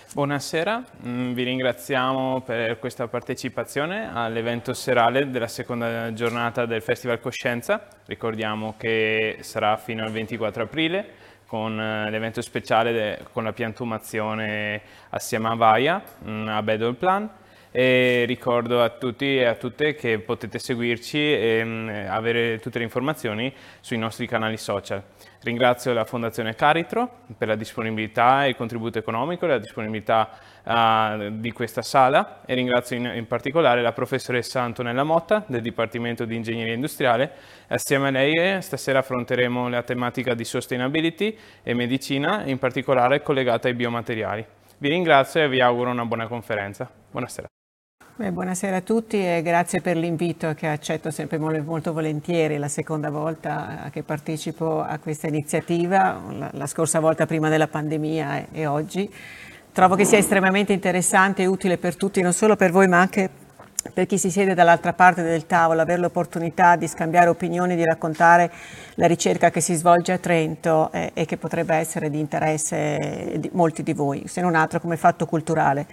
Buonasera, vi ringraziamo per questa partecipazione all'evento serale della seconda giornata del Festival Coscienza. Ricordiamo che sarà fino al 24 aprile con l'evento speciale con la piantumazione assieme a Vaia a Bedolplan. E ricordo a tutti e a tutte che potete seguirci e avere tutte le informazioni sui nostri canali social. Ringrazio la Fondazione Caritro per la disponibilità e il contributo economico e la disponibilità di questa sala e ringrazio in particolare la professoressa Antonella Motta del Dipartimento di Ingegneria Industriale. Assieme a lei stasera affronteremo la tematica di sustainability e medicina, in particolare collegata ai biomateriali. Vi ringrazio e vi auguro una buona conferenza. Buonasera. Buonasera a tutti e grazie per l'invito che accetto sempre molto volentieri, la seconda volta che partecipo a questa iniziativa, la scorsa volta prima della pandemia e oggi. Trovo che sia estremamente interessante e utile per tutti, non solo per voi ma anche per chi si siede dall'altra parte del tavolo, avere l'opportunità di scambiare opinioni, di raccontare la ricerca che si svolge a Trento e che potrebbe essere di interesse di molti di voi, se non altro come fatto culturale.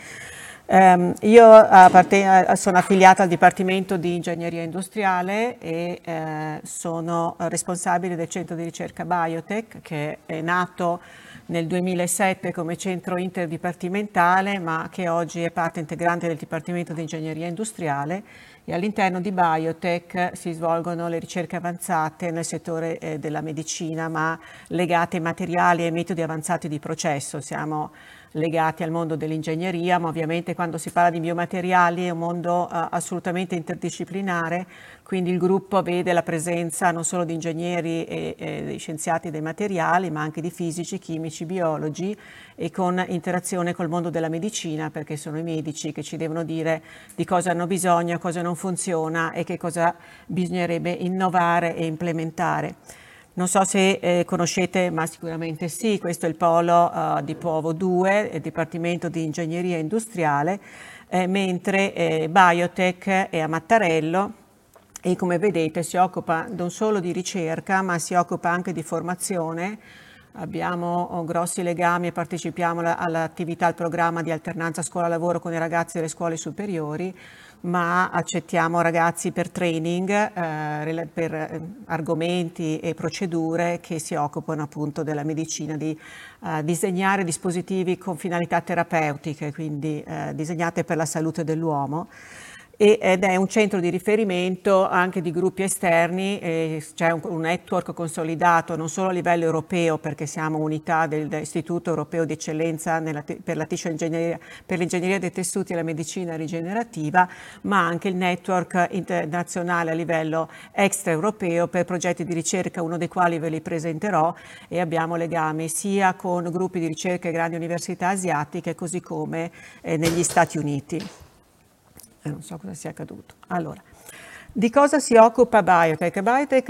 Io sono affiliata al Dipartimento di Ingegneria Industriale e sono responsabile del centro di ricerca Biotech, che è nato nel 2007 come centro interdipartimentale, ma che oggi è parte integrante del Dipartimento di Ingegneria Industriale, e all'interno di Biotech si svolgono le ricerche avanzate nel settore della medicina, ma legate ai materiali e ai metodi avanzati di processo. Siamo legati al mondo dell'ingegneria, ma ovviamente quando si parla di biomateriali è un mondo assolutamente interdisciplinare, quindi il gruppo vede la presenza non solo di ingegneri e di scienziati dei materiali, ma anche di fisici, chimici, biologi, e con interazione col mondo della medicina, perché sono i medici che ci devono dire di cosa hanno bisogno, cosa non funziona e che cosa bisognerebbe innovare e implementare. Non so se conoscete, ma sicuramente sì, questo è il polo di Povo 2, il Dipartimento di Ingegneria Industriale, mentre Biotech è a Mattarello e come vedete si occupa non solo di ricerca, ma si occupa anche di formazione. Abbiamo grossi legami e partecipiamo all'attività, al programma di alternanza scuola-lavoro con i ragazzi delle scuole superiori, ma accettiamo ragazzi per training, per argomenti e procedure che si occupano appunto della medicina, di disegnare dispositivi con finalità terapeutiche, quindi disegnate per la salute dell'uomo. Ed è un centro di riferimento anche di gruppi esterni, c'è un network consolidato non solo a livello europeo, perché siamo unità dell'Istituto Europeo di Eccellenza per l'ingegneria dei tessuti e la medicina rigenerativa, ma anche il network internazionale a livello extraeuropeo per progetti di ricerca, uno dei quali ve li presenterò, e abbiamo legami sia con gruppi di ricerca e grandi università asiatiche, così come negli Stati Uniti. Non so cosa sia accaduto. Allora, di cosa si occupa Biotech? Biotech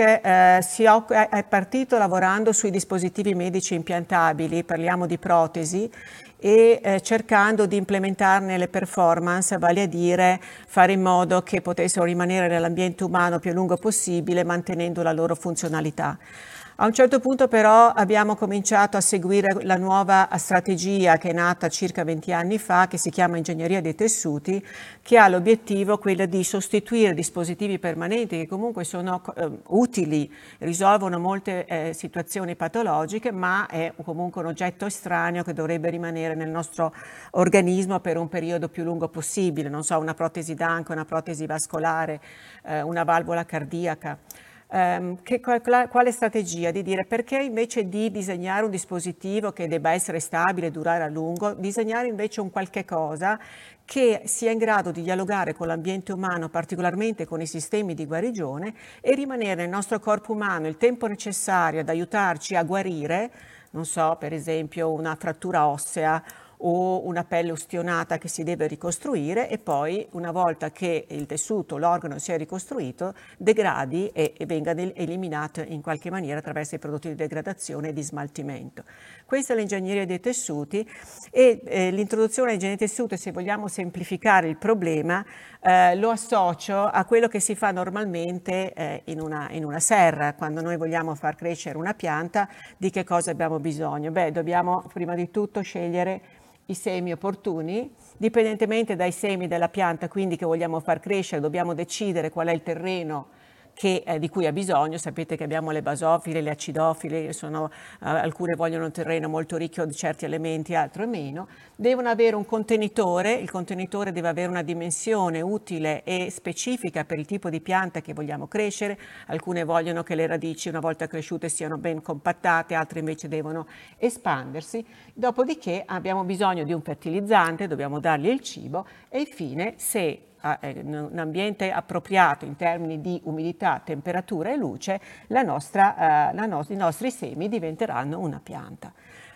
è partito lavorando sui dispositivi medici impiantabili, parliamo di protesi, e cercando di implementarne le performance, vale a dire fare in modo che potessero rimanere nell'ambiente umano più a lungo possibile, mantenendo la loro funzionalità. A un certo punto però abbiamo cominciato a seguire la nuova strategia che è nata circa 20 anni fa, che si chiama Ingegneria dei tessuti, che ha l'obiettivo quello di sostituire dispositivi permanenti che comunque sono utili, risolvono molte situazioni patologiche, ma è comunque un oggetto estraneo che dovrebbe rimanere nel nostro organismo per un periodo più lungo possibile, non so, una protesi d'anca, una protesi vascolare, una valvola cardiaca. Quale strategia? Di dire perché invece di disegnare un dispositivo che debba essere stabile e durare a lungo, disegnare invece un qualche cosa che sia in grado di dialogare con l'ambiente umano, particolarmente con i sistemi di guarigione, e rimanere nel nostro corpo umano il tempo necessario ad aiutarci a guarire, non so, per esempio una frattura ossea o una pelle ustionata che si deve ricostruire, e poi una volta che il tessuto, l'organo si è ricostruito, degradi e venga eliminato in qualche maniera attraverso i prodotti di degradazione e di smaltimento. Questa è l'ingegneria dei tessuti e l'introduzione all'ingegneria dei tessuti, se vogliamo semplificare il problema, lo associo a quello che si fa normalmente in una serra. Quando noi vogliamo far crescere una pianta, di che cosa abbiamo bisogno? Beh, dobbiamo prima di tutto scegliere i semi opportuni, dipendentemente dai semi della pianta quindi che vogliamo far crescere, dobbiamo decidere qual è il terreno di cui ha bisogno. Sapete che abbiamo le basofile, le acidofile, alcune vogliono un terreno molto ricco di certi elementi, altre meno. Devono avere un contenitore, il contenitore deve avere una dimensione utile e specifica per il tipo di pianta che vogliamo crescere. Alcune vogliono che le radici una volta cresciute siano ben compattate, altre invece devono espandersi. Dopodiché abbiamo bisogno di un fertilizzante, dobbiamo dargli il cibo e infine se un ambiente appropriato in termini di umidità, temperatura e luce, i nostri semi diventeranno una pianta.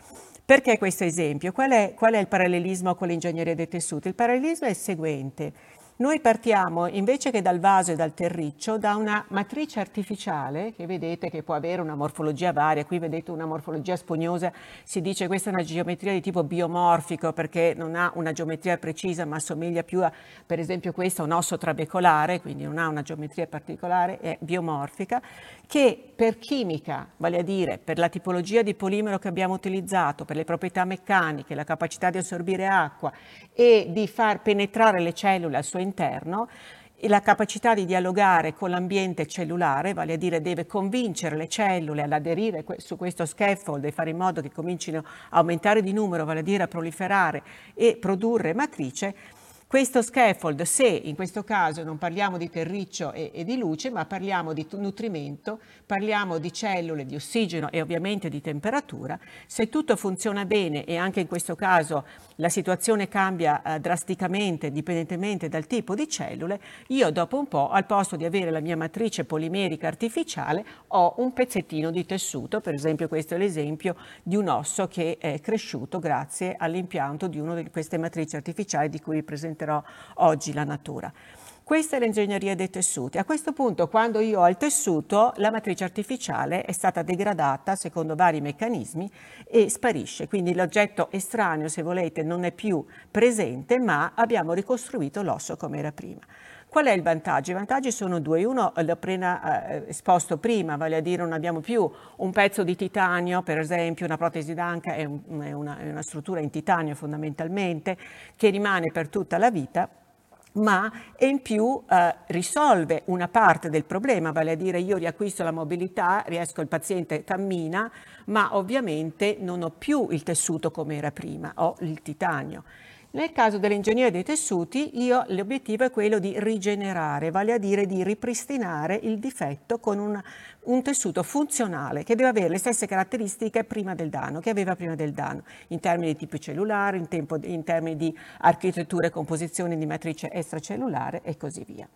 Perché questo esempio? Qual è il parallelismo con l'ingegneria dei tessuti? Il parallelismo è il seguente. Noi partiamo, invece che dal vaso e dal terriccio, da una matrice artificiale, che vedete che può avere una morfologia varia. Qui vedete una morfologia spugnosa, si dice questa è una geometria di tipo biomorfico, perché non ha una geometria precisa, ma assomiglia più a, per esempio, questo, un osso trabecolare, quindi non ha una geometria particolare, è biomorfica, che per chimica, vale a dire per la tipologia di polimero che abbiamo utilizzato, per le proprietà meccaniche, la capacità di assorbire acqua e di far penetrare le cellule al suo interno, e la capacità di dialogare con l'ambiente cellulare, vale a dire deve convincere le cellule ad aderire su questo scaffold e fare in modo che comincino a aumentare di numero, vale a dire a proliferare e produrre matrice. Questo scaffold, se in questo caso non parliamo di terriccio e di luce, ma parliamo di nutrimento, parliamo di cellule, di ossigeno e ovviamente di temperatura, se tutto funziona bene e anche in questo caso la situazione cambia drasticamente dipendentemente dal tipo di cellule, io dopo un po', al posto di avere la mia matrice polimerica artificiale, ho un pezzettino di tessuto. Per esempio questo è l'esempio di un osso che è cresciuto grazie all'impianto di una di queste matrici artificiali di cui vi presenterò oggi la natura. Questa è l'ingegneria dei tessuti. A questo punto, quando io ho il tessuto, la matrice artificiale è stata degradata secondo vari meccanismi e sparisce. Quindi l'oggetto estraneo, se volete, non è più presente, ma abbiamo ricostruito l'osso come era prima. Qual è il vantaggio? I vantaggi sono due. Uno l'ho appena esposto prima, vale a dire non abbiamo più un pezzo di titanio, per esempio una protesi d'anca è una struttura in titanio fondamentalmente, che rimane per tutta la vita, ma in più risolve una parte del problema, vale a dire io riacquisto la mobilità, il paziente cammina, ma ovviamente non ho più il tessuto come era prima, ho il titanio. Nel caso dell'ingegneria dei tessuti, l'obiettivo è quello di rigenerare, vale a dire di ripristinare il difetto con un tessuto funzionale che deve avere le stesse caratteristiche prima del danno, che aveva prima del danno, in termini di tipo cellulare, in termini di architettura e composizione di matrice extracellulare e così via.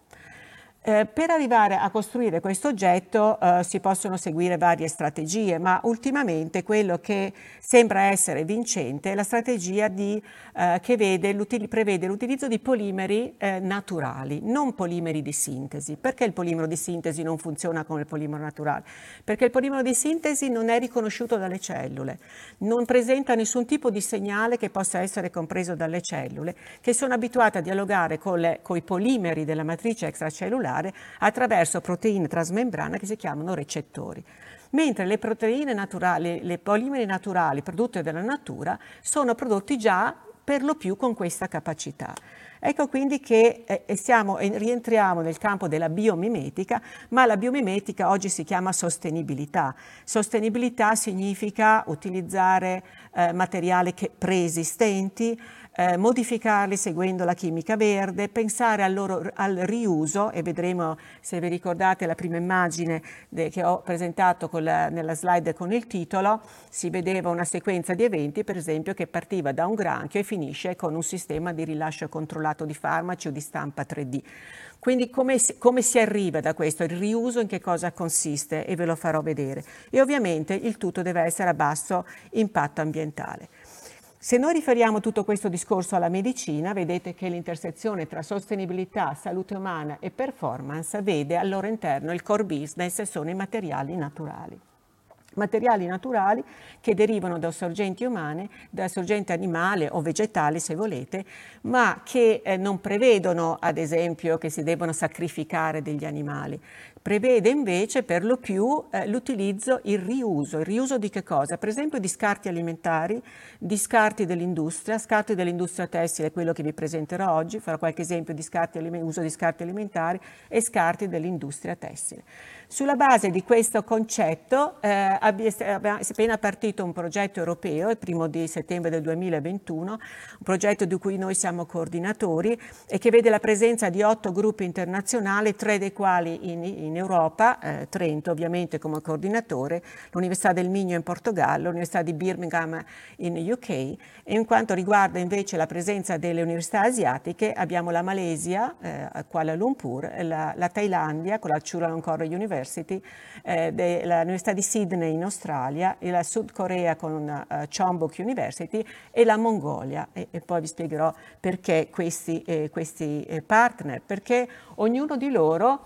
Per arrivare a costruire questo oggetto si possono seguire varie strategie, ma ultimamente quello che sembra essere vincente è la strategia che prevede l'utilizzo di polimeri naturali, non polimeri di sintesi. Perché il polimero di sintesi non funziona come il polimero naturale? Perché il polimero di sintesi non è riconosciuto dalle cellule, non presenta nessun tipo di segnale che possa essere compreso dalle cellule, che sono abituate a dialogare con i polimeri della matrice extracellulare attraverso proteine trasmembrana che si chiamano recettori. Mentre le proteine naturali, le polimeri naturali prodotte dalla natura sono prodotti già per lo più con questa capacità. Ecco quindi che rientriamo nel campo della biomimetica, ma la biomimetica oggi si chiama sostenibilità. Sostenibilità significa utilizzare materiali preesistenti, modificarli seguendo la chimica verde, pensare al riuso, e vedremo, se vi ricordate la prima immagine che ho presentato nella slide con il titolo, si vedeva una sequenza di eventi, per esempio, che partiva da un granchio e finisce con un sistema di rilascio controllato di farmaci o di stampa 3D. Quindi come si arriva da questo? Il riuso in che cosa consiste? E ve lo farò vedere. E ovviamente il tutto deve essere a basso impatto ambientale. Se noi riferiamo tutto questo discorso alla medicina, vedete che l'intersezione tra sostenibilità, salute umana e performance vede al loro interno il core business e sono i materiali naturali. Materiali naturali che derivano da sorgenti umane, da sorgenti animali o vegetali se volete, ma che non prevedono ad esempio che si debbano sacrificare degli animali, prevede invece per lo più l'utilizzo, il riuso di che cosa? Per esempio di scarti alimentari, di scarti dell'industria tessile, quello che vi presenterò oggi, farò qualche esempio di uso di scarti alimentari e scarti dell'industria tessile. Sulla base di questo concetto è appena partito un progetto europeo, il 1° settembre del 2021, un progetto di cui noi siamo coordinatori e che vede la presenza di 8 gruppi internazionali, 3 dei quali in Europa, Trento ovviamente come coordinatore, l'Università del Minho in Portogallo, l'Università di Birmingham in UK, e in quanto riguarda invece la presenza delle università asiatiche abbiamo la Malesia, Kuala Lumpur, la Thailandia con la Chulalongkorn University, l'Università di Sydney in Australia, e la Sud Corea con Chonbuk University e la Mongolia. E poi vi spiegherò perché questi partner, perché ognuno di loro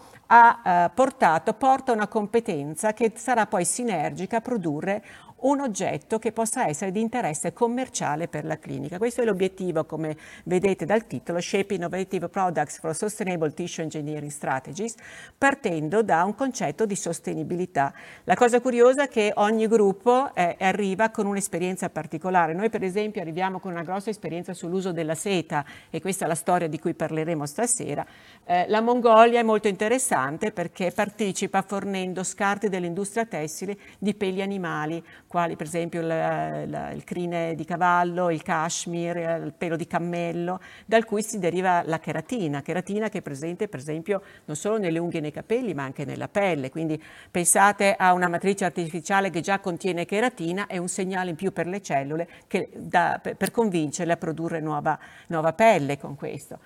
porta una competenza che sarà poi sinergica a produrre un oggetto che possa essere di interesse commerciale per la clinica. Questo è l'obiettivo, come vedete dal titolo, Shape Innovative Products for Sustainable Tissue Engineering Strategies, partendo da un concetto di sostenibilità. La cosa curiosa è che ogni gruppo arriva con un'esperienza particolare. Noi per esempio arriviamo con una grossa esperienza sull'uso della seta, e questa è la storia di cui parleremo stasera. La Mongolia è molto interessante perché partecipa fornendo scarti dell'industria tessile di peli animali, quali per esempio il crine di cavallo, il cashmere, il pelo di cammello, dal cui si deriva la cheratina che è presente per esempio non solo nelle unghie e nei capelli ma anche nella pelle. Quindi pensate a una matrice artificiale che già contiene cheratina, è un segnale in più per le cellule per convincerle a produrre nuova pelle con questo.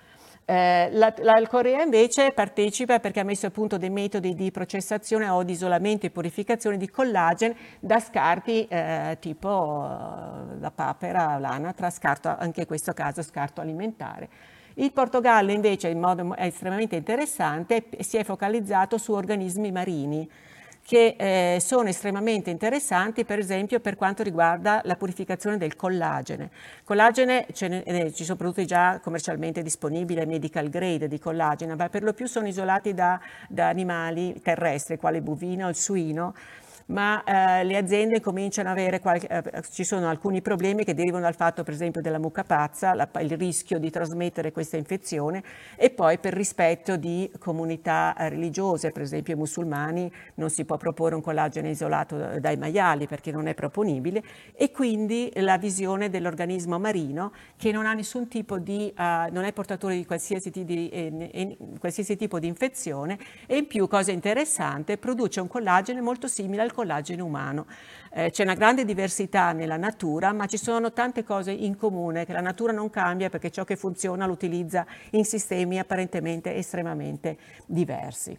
La Corea invece partecipa perché ha messo a punto dei metodi di processazione o di isolamento e purificazione di collagene da scarti tipo la papera, l'anatra, anche in questo caso scarto alimentare. Il Portogallo invece in modo estremamente interessante si è focalizzato su organismi marini che sono estremamente interessanti, per esempio per quanto riguarda la purificazione del collagene. Collagene ci sono prodotti già commercialmente disponibili, medical grade di collagene, ma per lo più sono isolati da animali terrestri, quale il bovino o il suino, ma le aziende cominciano ad avere ci sono alcuni problemi che derivano dal fatto per esempio della mucca pazza, il rischio di trasmettere questa infezione, e poi per rispetto di comunità religiose, per esempio i musulmani non si può proporre un collagene isolato dai maiali perché non è proponibile, e quindi la visione dell'organismo marino che non ha nessun tipo non è portatore di qualsiasi tipo di infezione, e in più, cosa interessante, produce un collagene molto simile al collagene umano. C'è una grande diversità nella natura, ma ci sono tante cose in comune che la natura non cambia perché ciò che funziona lo utilizza in sistemi apparentemente estremamente diversi.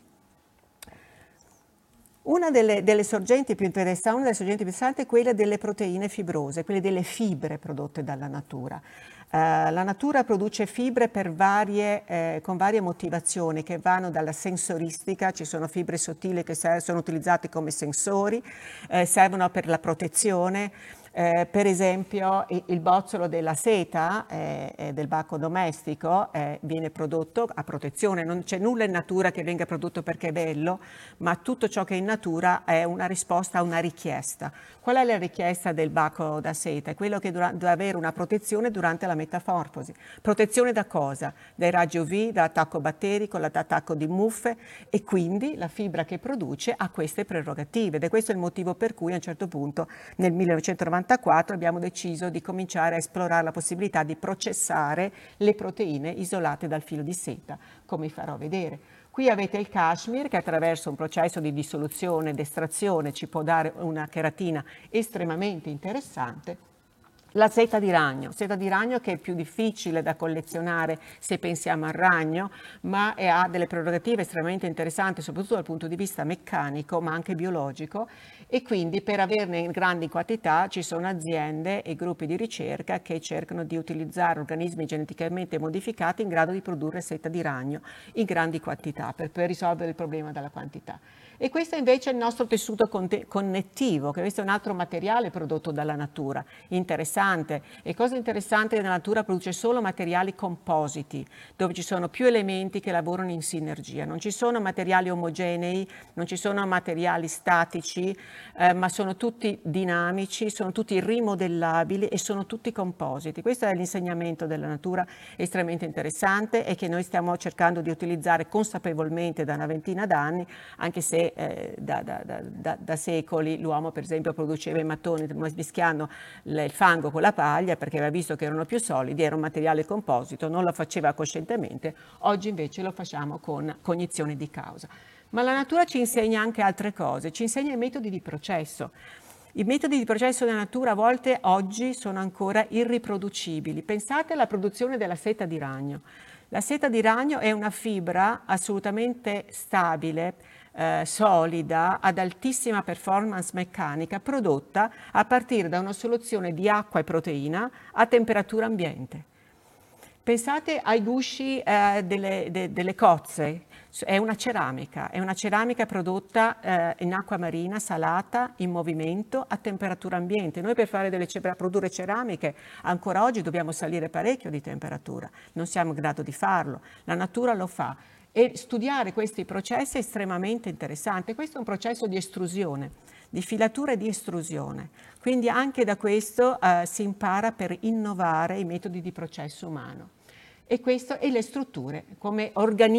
Una delle sorgenti più interessanti è quella delle proteine fibrose, quelle delle fibre prodotte dalla natura. La natura produce fibre con varie motivazioni che vanno dalla sensoristica, ci sono fibre sottili che sono utilizzate come sensori, servono per la protezione. Per esempio il bozzolo della seta del bacco domestico viene prodotto a protezione, non c'è nulla in natura che venga prodotto perché è bello, ma tutto ciò che è in natura è una risposta a una richiesta. Qual è la richiesta del bacco da seta? È quello che deve avere una protezione durante la metamorfosi. Protezione da cosa? Dai raggi UV, dall'attacco batterico, dall'attacco di muffe, e quindi la fibra che produce ha queste prerogative, ed è questo il motivo per cui a un certo punto nel 1994 abbiamo deciso di cominciare a esplorare la possibilità di processare le proteine isolate dal filo di seta, come vi farò vedere. Qui avete il cashmere che attraverso un processo di dissoluzione ed estrazione ci può dare una cheratina estremamente interessante. La seta di ragno che è più difficile da collezionare se pensiamo al ragno, ma ha delle prerogative estremamente interessanti, soprattutto dal punto di vista meccanico, ma anche biologico, e quindi per averne in grandi quantità ci sono aziende e gruppi di ricerca che cercano di utilizzare organismi geneticamente modificati in grado di produrre seta di ragno in grandi quantità per risolvere il problema della quantità. E questo invece è il nostro tessuto connettivo, che questo è un altro materiale prodotto dalla natura, interessante. E cosa interessante è che la natura produce solo materiali compositi, dove ci sono più elementi che lavorano in sinergia. Non ci sono materiali omogenei, non ci sono materiali statici, ma sono tutti dinamici, sono tutti rimodellabili e sono tutti compositi. Questo è l'insegnamento della natura estremamente interessante e che noi stiamo cercando di utilizzare consapevolmente da una ventina d'anni, anche se da secoli l'uomo per esempio produceva i mattoni mischiando il fango con la paglia perché aveva visto che erano più solidi, era un materiale composito, non lo faceva coscientemente, oggi invece lo facciamo con cognizione di causa. Ma la natura ci insegna anche altre cose, ci insegna i metodi di processo. I metodi di processo della natura a volte oggi sono ancora irriproducibili. Pensate alla produzione della seta di ragno. La seta di ragno è una fibra assolutamente stabile, solida, ad altissima performance meccanica, prodotta a partire da una soluzione di acqua e proteina a temperatura ambiente. Pensate ai gusci delle cozze, è una ceramica prodotta in acqua marina, salata, in movimento, a temperatura ambiente. Noi per produrre ceramiche ancora oggi dobbiamo salire parecchio di temperatura, non siamo in grado di farlo, la natura lo fa. E studiare questi processi è estremamente interessante. Questo è un processo di estrusione, di filatura e di estrusione. Quindi anche da questo si impara per innovare i metodi di processo umano. E questo e le strutture, come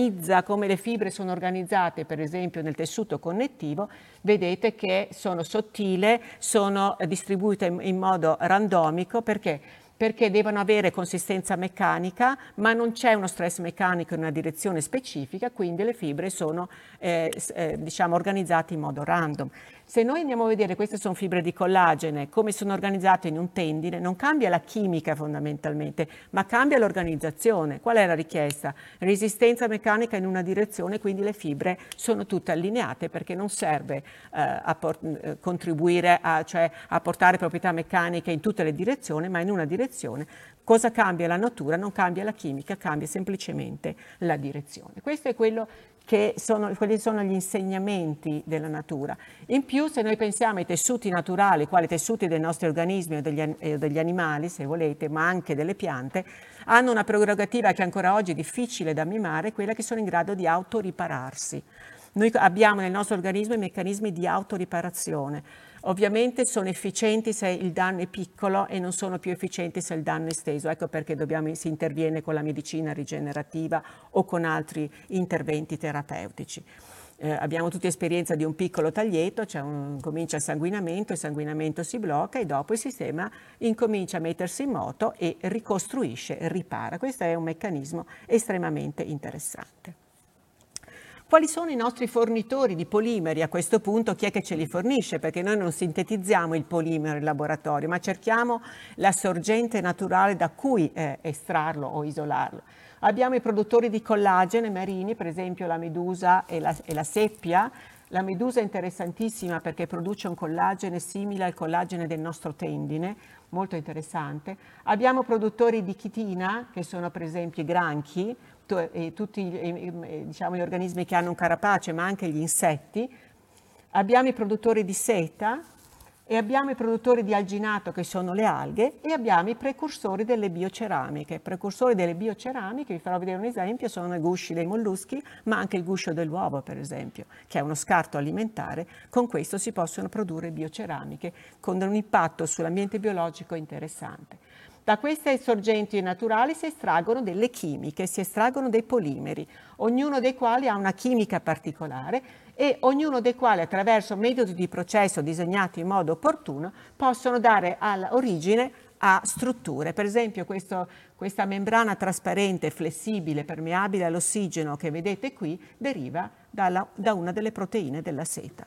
le fibre sono organizzate per esempio nel tessuto connettivo, vedete che sono sottili, sono distribuite in modo randomico perché devono avere consistenza meccanica, ma non c'è uno stress meccanico in una direzione specifica, quindi le fibre sono diciamo organizzate in modo random. Se noi andiamo a vedere, queste sono fibre di collagene, come sono organizzate in un tendine, non cambia la chimica fondamentalmente, ma cambia l'organizzazione. Qual è la richiesta? Resistenza meccanica in una direzione, quindi le fibre sono tutte allineate perché non serve contribuire cioè a portare proprietà meccaniche in tutte le direzioni, ma in una direzione. Cosa cambia la natura? Non cambia la chimica, cambia semplicemente la direzione. Questo è quelli sono gli insegnamenti della natura. In più, se noi pensiamo ai tessuti naturali, quali tessuti dei nostri organismi o degli animali, se volete, ma anche delle piante, hanno una prerogativa che ancora oggi è difficile da mimare, quella che sono in grado di autoripararsi. Noi abbiamo nel nostro organismo i meccanismi di autoriparazione. Ovviamente sono efficienti se il danno è piccolo e non sono più efficienti se il danno è esteso. Ecco perché si interviene con la medicina rigenerativa o con altri terapeutici. Abbiamo tutti esperienza di un piccolo taglietto, comincia il sanguinamento si blocca e dopo il sistema incomincia a mettersi in moto e ricostruisce, ripara. Questo è un meccanismo estremamente interessante. Quali sono i nostri fornitori di polimeri? A questo punto chi è che ce li fornisce? Perché noi non sintetizziamo il polimero in laboratorio, ma cerchiamo la sorgente naturale da cui estrarlo o isolarlo. Abbiamo i produttori di collagene marini, per esempio la medusa e la seppia. La medusa è interessantissima perché produce un collagene simile al collagene del nostro tendine, molto interessante. Abbiamo produttori di chitina, che sono per esempio i granchi, tutti diciamo, gli organismi che hanno un carapace, ma anche gli insetti. Abbiamo i produttori di seta e abbiamo i produttori di alginato, che sono le alghe, e abbiamo i precursori delle bioceramiche. I precursori delle bioceramiche, vi farò vedere un esempio, sono i gusci dei molluschi, ma anche il guscio dell'uovo, per esempio, che è uno scarto alimentare. Con questo si possono produrre bioceramiche con un impatto sull'ambiente biologico interessante. Da queste sorgenti naturali si estraggono delle chimiche, si estraggono dei polimeri, ognuno dei quali ha una chimica particolare e ognuno dei quali attraverso metodi di processo disegnati in modo opportuno possono dare origine a strutture. Per esempio questa membrana trasparente, flessibile, permeabile all'ossigeno che vedete qui deriva da una delle proteine della seta.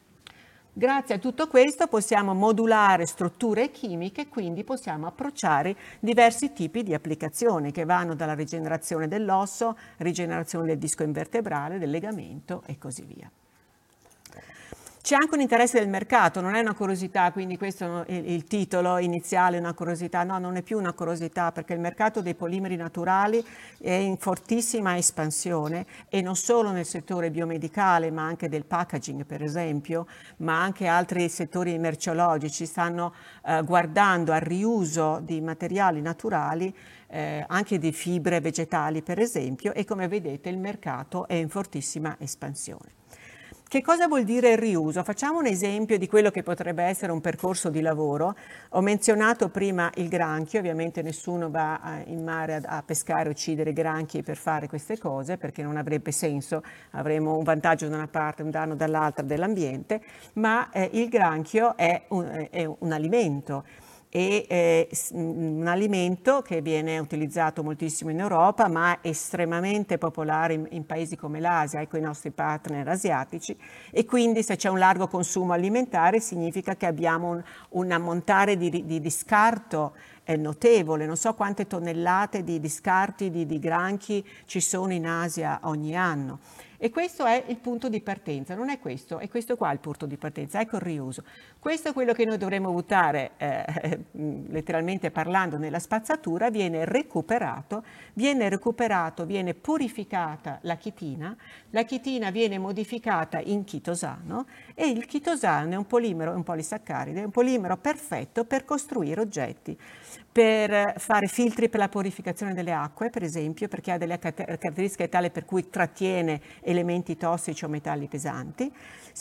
Grazie a tutto questo possiamo modulare strutture chimiche, quindi possiamo approcciare diversi tipi di applicazioni che vanno dalla rigenerazione dell'osso, rigenerazione del disco invertebrale, del legamento e così via. C'è anche un interesse del mercato, non è una curiosità, quindi questo è il titolo iniziale, una curiosità. No, non è più una curiosità, perché il mercato dei polimeri naturali è in fortissima espansione, e non solo nel settore biomedicale, ma anche del packaging, per esempio, ma anche altri settori merceologici stanno guardando al riuso di materiali naturali, anche di fibre vegetali, per esempio, e come vedete il mercato è in fortissima espansione. Che cosa vuol dire il riuso? Facciamo un esempio di quello che potrebbe essere un percorso di lavoro. Ho menzionato prima il granchio, ovviamente nessuno va in mare a pescare e uccidere granchi per fare queste cose, perché non avrebbe senso, avremo un vantaggio da una parte, un danno dall'altra dell'ambiente, ma il granchio è un alimento. E un alimento che viene utilizzato moltissimo in Europa, ma è estremamente popolare in paesi come l'Asia e con i nostri partner asiatici, e quindi se c'è un largo consumo alimentare significa che abbiamo un ammontare di scarto notevole. Non so quante tonnellate di scarti di granchi ci sono in Asia ogni anno. E questo è il punto di partenza, non è questo, è questo qua il punto di partenza, ecco il riuso. Questo è quello che noi dovremmo buttare, letteralmente parlando, nella spazzatura. Viene recuperato, viene purificata la chitina viene modificata in chitosano, e il chitosano è un polimero, un polisaccaride, è un polimero perfetto per costruire oggetti, per fare filtri per la purificazione delle acque, per esempio, perché ha delle caratteristiche tali per cui trattiene elementi tossici o metalli pesanti.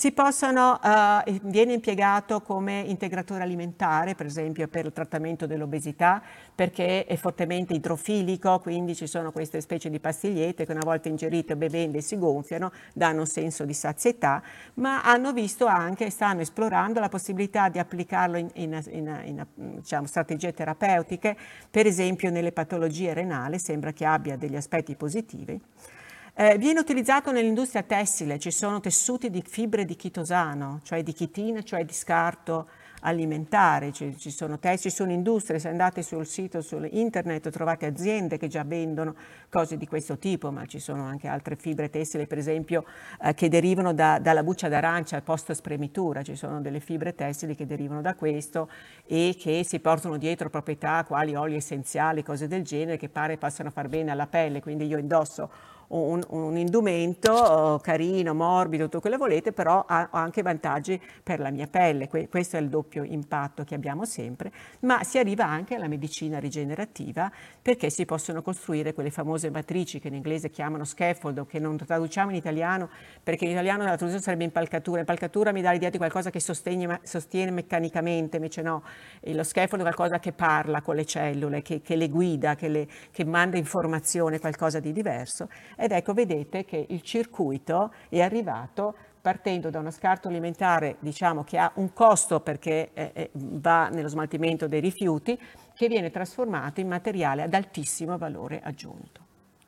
Viene impiegato come integratore alimentare, per esempio per il trattamento dell'obesità, perché è fortemente idrofilico, quindi ci sono queste specie di pastigliette che una volta ingerite o bevendo si gonfiano, danno un senso di sazietà, ma hanno visto anche, stanno esplorando la possibilità di applicarlo in diciamo, strategie terapeutiche, per esempio nelle patologie renali, sembra che abbia degli aspetti positivi. Viene utilizzato nell'industria tessile, ci sono tessuti di fibre di chitosano, cioè di chitina, cioè di scarto alimentare, ci sono industrie, se andate sul sito, su internet, trovate aziende che già vendono cose di questo tipo, ma ci sono anche altre fibre tessili, per esempio, che derivano dalla buccia d'arancia post spremitura. Ci sono delle fibre tessili che derivano da questo e che si portano dietro proprietà quali oli essenziali, cose del genere, che pare possano far bene alla pelle, quindi io indosso un indumento carino, morbido, tutto quello che volete, però ha anche vantaggi per la mia pelle. Questo è il doppio impatto che abbiamo sempre, ma si arriva anche alla medicina rigenerativa, perché si possono costruire quelle famose matrici che in inglese chiamano scaffold, che non traduciamo in italiano, perché in italiano la traduzione sarebbe impalcatura. Impalcatura mi dà l'idea di qualcosa che sostiene meccanicamente, invece no, lo scaffold è qualcosa che parla con le cellule, che le guida, che manda informazione, qualcosa di diverso. Ed ecco, vedete che il circuito è arrivato partendo da uno scarto alimentare, diciamo, che ha un costo perché va nello smaltimento dei rifiuti, che viene trasformato in materiale ad altissimo valore aggiunto.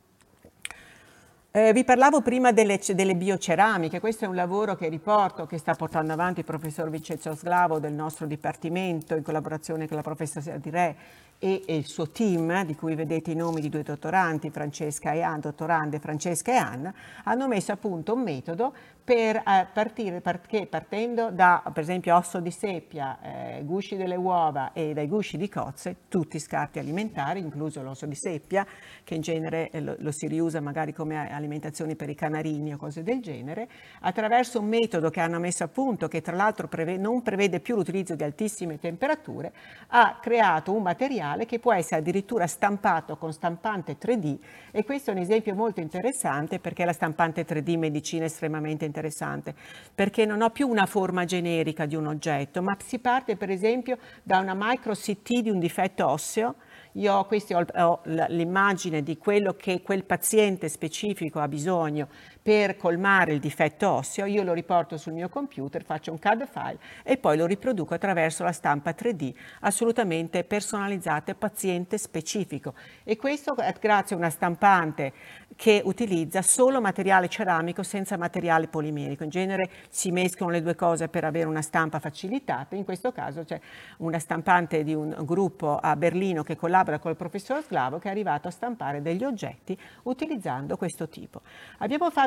Vi parlavo prima delle bioceramiche. Questo è un lavoro che riporto, che sta portando avanti il professor Vincenzo Sglavo del nostro dipartimento, in collaborazione con la professoressa Di Re e il suo team, di cui vedete i nomi di due dottorandi, Francesca e Anna, dottorande Francesca e Anna, hanno messo a punto un metodo per partendo da, per esempio, osso di seppia, gusci delle uova e dai gusci di cozze, tutti scarti alimentari, incluso l'osso di seppia, che in genere lo si riusa magari come alimentazione per i canarini o cose del genere, attraverso un metodo che hanno messo a punto, che tra l'altro non prevede più l'utilizzo di altissime temperature, ha creato un materiale che può essere addirittura stampato con stampante 3D, e questo è un esempio molto interessante, perché la stampante 3D in medicina è estremamente interessante, perché non ho più una forma generica di un oggetto, ma si parte per esempio da una micro CT di un difetto osseo. Io ho l'immagine di quello che quel paziente specifico ha bisogno per colmare il difetto osseo, io lo riporto sul mio computer, faccio un CAD file e poi lo riproduco attraverso la stampa 3D assolutamente personalizzata e paziente specifico. E questo grazie a una stampante che utilizza solo materiale ceramico senza materiale polimerico. In genere si mescolano le due cose per avere una stampa facilitata. In questo caso c'è una stampante di un gruppo a Berlino che collabora con il professor Sglavo, che è arrivato a stampare degli oggetti utilizzando questo tipo. Abbiamo fatto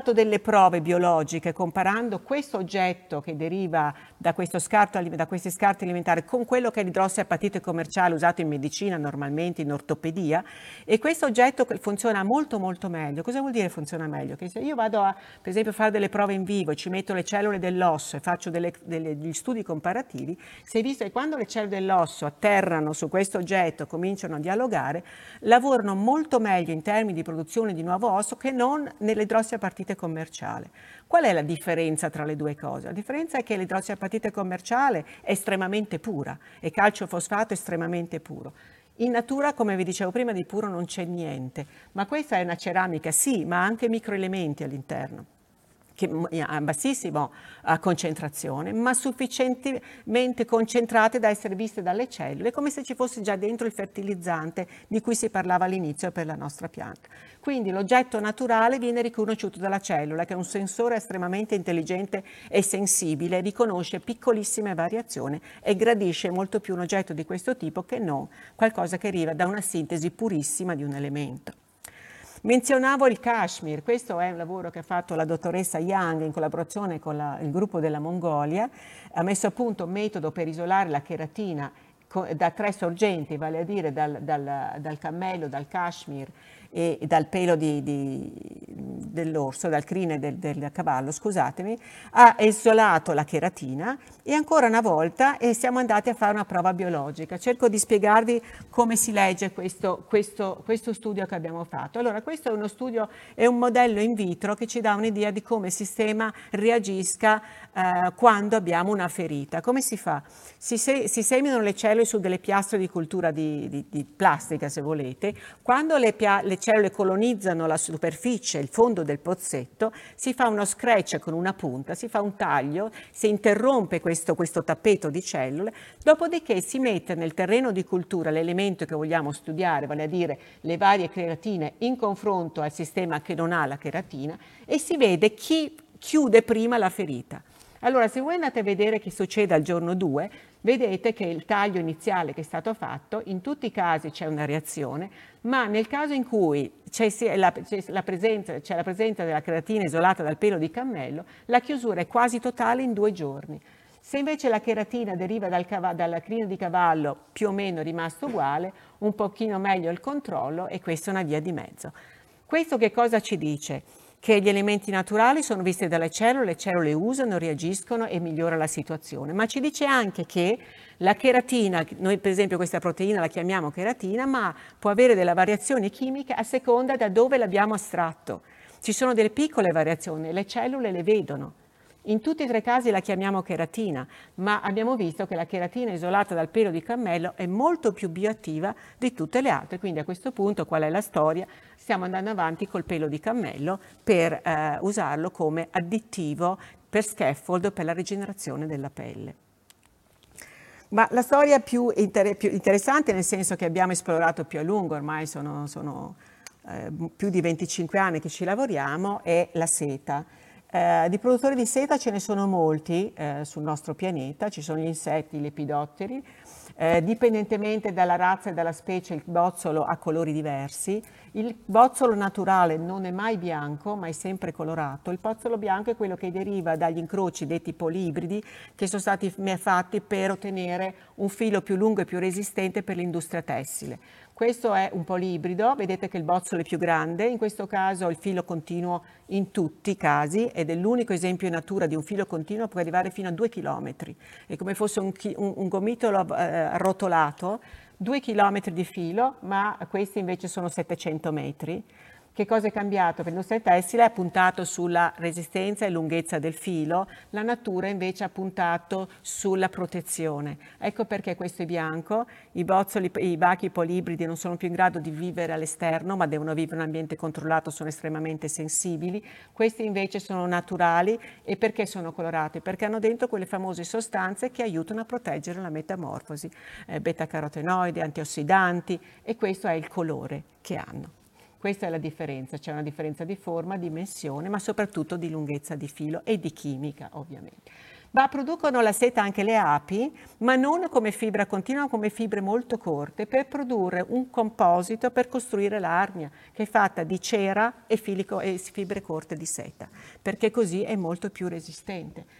fatto delle prove biologiche comparando questo oggetto che deriva da questi scarti alimentari con quello che è l'idrossiapatite commerciale usato in medicina normalmente, in ortopedia, e questo oggetto funziona molto molto meglio. Cosa vuol dire funziona meglio? Che se io vado a, per esempio, fare delle prove in vivo, ci metto le cellule dell'osso e faccio degli studi comparativi, si è visto che quando le cellule dell'osso atterrano su questo oggetto, cominciano a dialogare, lavorano molto meglio in termini di produzione di nuovo osso che non nell'idrossiapatite commerciale. Qual è la differenza tra le due cose? La differenza è che l'idrossiapatite commerciale è estremamente pura e calcio fosfato è estremamente puro. In natura, come vi dicevo prima, di puro non c'è niente, ma questa è una ceramica, sì, ma ha anche microelementi all'interno, che a bassissima concentrazione, ma sufficientemente concentrate da essere viste dalle cellule, come se ci fosse già dentro il fertilizzante di cui si parlava all'inizio per la nostra pianta. Quindi l'oggetto naturale viene riconosciuto dalla cellula, che è un sensore estremamente intelligente e sensibile, riconosce piccolissime variazioni e gradisce molto più un oggetto di questo tipo che non qualcosa che arriva da una sintesi purissima di un elemento. Menzionavo il cashmere, questo è un lavoro che ha fatto la dottoressa Yang in collaborazione con il gruppo della Mongolia, ha messo a punto un metodo per isolare la cheratina da 3 sorgenti, vale a dire dal cammello, dal cashmere e dal pelo dell'orso, dal crine del cavallo, scusatemi, ha isolato la cheratina e ancora una volta siamo andati a fare una prova biologica. Cerco di spiegarvi come si legge questo studio che abbiamo fatto. Allora, questo è uno studio, è un modello in vitro che ci dà un'idea di come il sistema reagisca quando abbiamo una ferita. Come si fa? Si seminano le cellule su delle piastre di cultura di plastica, se volete. Quando le cellule colonizzano la superficie, il fondo del pozzetto, si fa uno scratch con una punta, si fa un taglio, si interrompe questo tappeto di cellule, dopodiché si mette nel terreno di cultura l'elemento che vogliamo studiare, vale a dire le varie cheratine in confronto al sistema che non ha la cheratina, e si vede chi chiude prima la ferita. Allora, se voi andate a vedere che succede al giorno 2, vedete che il taglio iniziale che è stato fatto, in tutti i casi c'è una reazione, ma nel caso in cui c'è la presenza della cheratina isolata dal pelo di cammello, la chiusura è quasi totale in 2 giorni. Se invece la cheratina deriva dalla crina di cavallo, più o meno è rimasto uguale, un pochino meglio il controllo, e questa è una via di mezzo. Questo che cosa ci dice? Che gli elementi naturali sono visti dalle cellule, le cellule usano, reagiscono e migliora la situazione, ma ci dice anche che la cheratina, noi per esempio questa proteina la chiamiamo cheratina, ma può avere delle variazioni chimiche a seconda da dove l'abbiamo astratto. Ci sono delle piccole variazioni, le cellule le vedono. In tutti e 3 casi la chiamiamo cheratina, ma abbiamo visto che la cheratina isolata dal pelo di cammello è molto più bioattiva di tutte le altre, quindi a questo punto qual è la storia? Stiamo andando avanti col pelo di cammello per usarlo come additivo per scaffold per la rigenerazione della pelle. Ma la storia più interessante, nel senso che abbiamo esplorato più a lungo, ormai sono più di 25 anni che ci lavoriamo, è la seta. Di produttori di seta ce ne sono molti sul nostro pianeta, ci sono gli insetti, i lepidotteri, dipendentemente dalla razza e dalla specie il bozzolo ha colori diversi. Il bozzolo naturale non è mai bianco, ma è sempre colorato. Il bozzolo bianco è quello che deriva dagli incroci detti polibridi che sono stati fatti per ottenere un filo più lungo e più resistente per l'industria tessile. Questo è un polibrido, vedete che il bozzolo è più grande, in questo caso il filo continuo in tutti i casi ed è l'unico esempio in natura di un filo continuo che può arrivare fino a 2 chilometri. È come fosse un gomitolo arrotolato, 2 chilometri di filo, ma questi invece sono 700 metri. Che cosa è cambiato? Per l'industria tessile ha puntato sulla resistenza e lunghezza del filo, la natura invece ha puntato sulla protezione. Ecco perché questo è bianco, i bachi polibridi non sono più in grado di vivere all'esterno, ma devono vivere in un ambiente controllato, sono estremamente sensibili. Questi invece sono naturali. E perché sono colorati? Perché hanno dentro quelle famose sostanze che aiutano a proteggere la metamorfosi, beta-carotenoidi, antiossidanti, e questo è il colore che hanno. Questa è la differenza, c'è una differenza di forma, dimensione, ma soprattutto di lunghezza di filo e di chimica, ovviamente. Ma producono la seta anche le api, ma non come fibra continua, come fibre molto corte, per produrre un composito per costruire l'arnia, che è fatta di cera e fibre corte di seta, perché così è molto più resistente.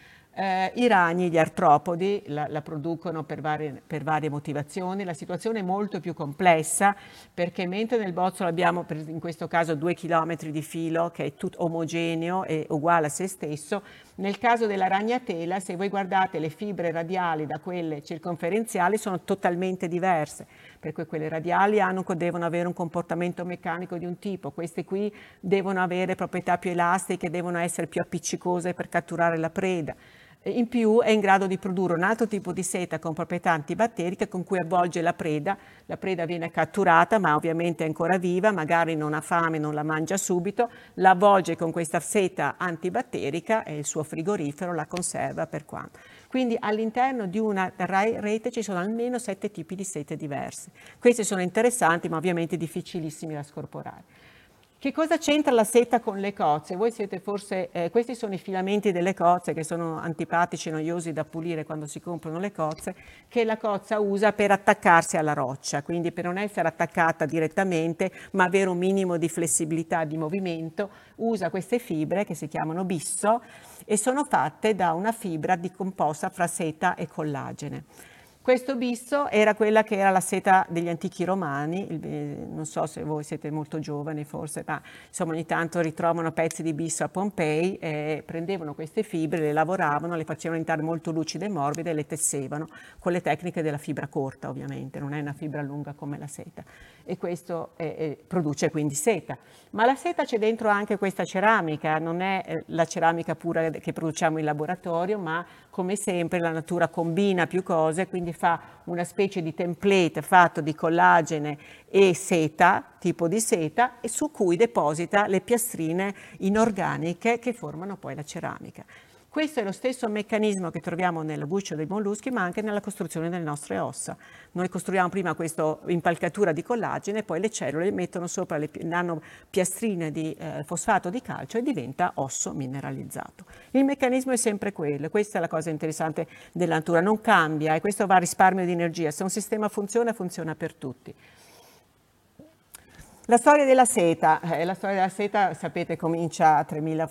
I ragni, gli artropodi, la producono per varie motivazioni. La situazione è molto più complessa, perché mentre nel bozzolo abbiamo in questo caso 2 chilometri di filo che è tutto omogeneo e uguale a se stesso, nel caso della ragnatela, se voi guardate le fibre radiali da quelle circonferenziali, sono totalmente diverse, perché quelle radiali devono avere un comportamento meccanico di un tipo, queste qui devono avere proprietà più elastiche, devono essere più appiccicose per catturare la preda. In più è in grado di produrre un altro tipo di seta con proprietà antibatteriche con cui avvolge la preda viene catturata ma ovviamente è ancora viva, magari non ha fame, non la mangia subito, la avvolge con questa seta antibatterica e il suo frigorifero la conserva per quanto. Quindi all'interno di una rete ci sono almeno 7 tipi di sete diverse. Questi sono interessanti ma ovviamente difficilissimi da scorporare. Che cosa c'entra la seta con le cozze? Voi siete forse, questi sono i filamenti delle cozze che sono antipatici e noiosi da pulire quando si comprano le cozze, che la cozza usa per attaccarsi alla roccia, quindi per non essere attaccata direttamente ma avere un minimo di flessibilità di movimento, usa queste fibre che si chiamano bisso e sono fatte da una fibra composta fra seta e collagene. Questo bisso era quella che era la seta degli antichi romani, non so se voi siete molto giovani forse, ma insomma ogni tanto ritrovano pezzi di bisso a Pompei e prendevano queste fibre, le lavoravano, le facevano diventare molto lucide e morbide e le tessevano con le tecniche della fibra corta ovviamente, non è una fibra lunga come la seta e questo produce quindi seta. Ma la seta c'è dentro anche questa ceramica, non è la ceramica pura che produciamo in laboratorio, ma come sempre la natura combina più cose, quindi fa una specie di template fatto di collagene e seta, tipo di seta, e su cui deposita le piastrine inorganiche che formano poi la ceramica. Questo è lo stesso meccanismo che troviamo nella guscio dei molluschi, ma anche nella costruzione delle nostre ossa. Noi costruiamo prima questa impalcatura di collagene, poi le cellule mettono sopra le nanopiastrine di fosfato di calcio e diventa osso mineralizzato. Il meccanismo è sempre quello, questa è la cosa interessante della natura, non cambia e questo va a risparmio di energia. Se un sistema funziona, funziona per tutti. La storia della seta, sapete comincia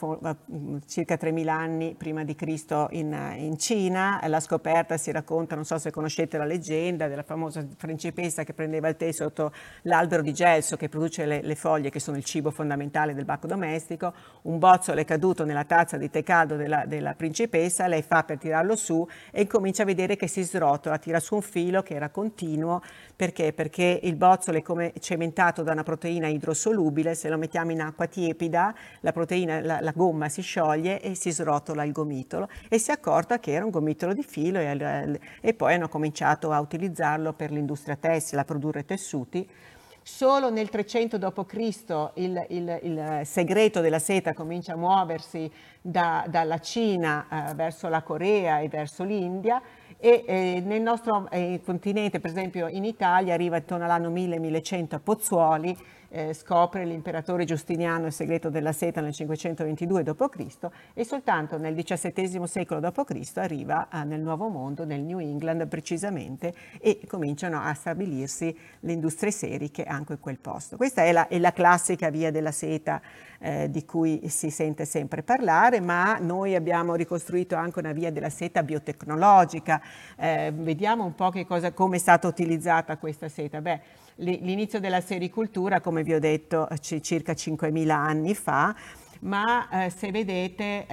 circa 3000 anni prima di Cristo in Cina, la scoperta si racconta, non so se conoscete la leggenda della famosa principessa che prendeva il tè sotto l'albero di gelso che produce le foglie che sono il cibo fondamentale del bacco domestico, un bozzolo è caduto nella tazza di tè caldo della principessa, lei fa per tirarlo su e comincia a vedere che si srotola, tira su un filo che era continuo, perché? Perché il bozzolo è come cementato da una proteina idrosolubile, se lo mettiamo in acqua tiepida la proteina, la gomma si scioglie e si srotola il gomitolo e si è accorta che era un gomitolo di filo e poi hanno cominciato a utilizzarlo per l'industria tessile, a produrre tessuti. Solo nel 300 d.C. il segreto della seta comincia a muoversi dalla Cina verso la Corea e verso l'India e nel nostro continente, per esempio in Italia, arriva intorno all'anno 1000-1100 a Pozzuoli, scopre l'imperatore Giustiniano il segreto della seta nel 522 d.C. e soltanto nel XVII secolo d.C. arriva nel Nuovo Mondo, nel New England precisamente, e cominciano a stabilirsi le industrie seriche anche in quel posto. Questa è la classica via della seta di cui si sente sempre parlare, ma noi abbiamo ricostruito anche una via della seta biotecnologica. Vediamo un po' come è stata utilizzata questa seta. L'inizio della sericoltura, come vi ho detto, circa 5.000 anni fa, ma se vedete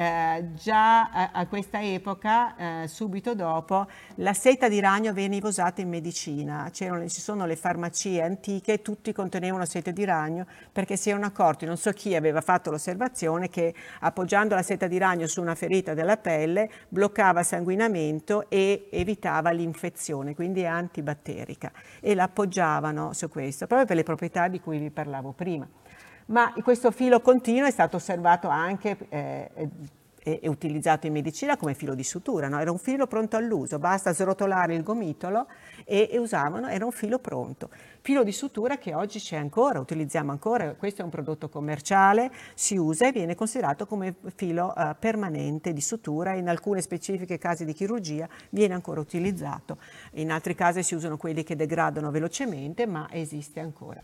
già a questa epoca, subito dopo, la seta di ragno veniva usata in medicina. Ci sono le farmacie antiche, tutti contenevano seta di ragno perché si erano accorti, non so chi aveva fatto l'osservazione, che appoggiando la seta di ragno su una ferita della pelle bloccava il sanguinamento e evitava l'infezione, quindi è antibatterica, e la appoggiavano su questo, proprio per le proprietà di cui vi parlavo prima. Ma questo filo continuo è stato osservato anche è utilizzato in medicina come filo di sutura, no? Era un filo pronto all'uso, basta srotolare il gomitolo e usavano, era un filo pronto. Filo di sutura che oggi c'è ancora, utilizziamo ancora, questo è un prodotto commerciale, si usa e viene considerato come filo permanente di sutura, in alcune specifiche casi di chirurgia viene ancora utilizzato, in altri casi si usano quelli che degradano velocemente, ma esiste ancora.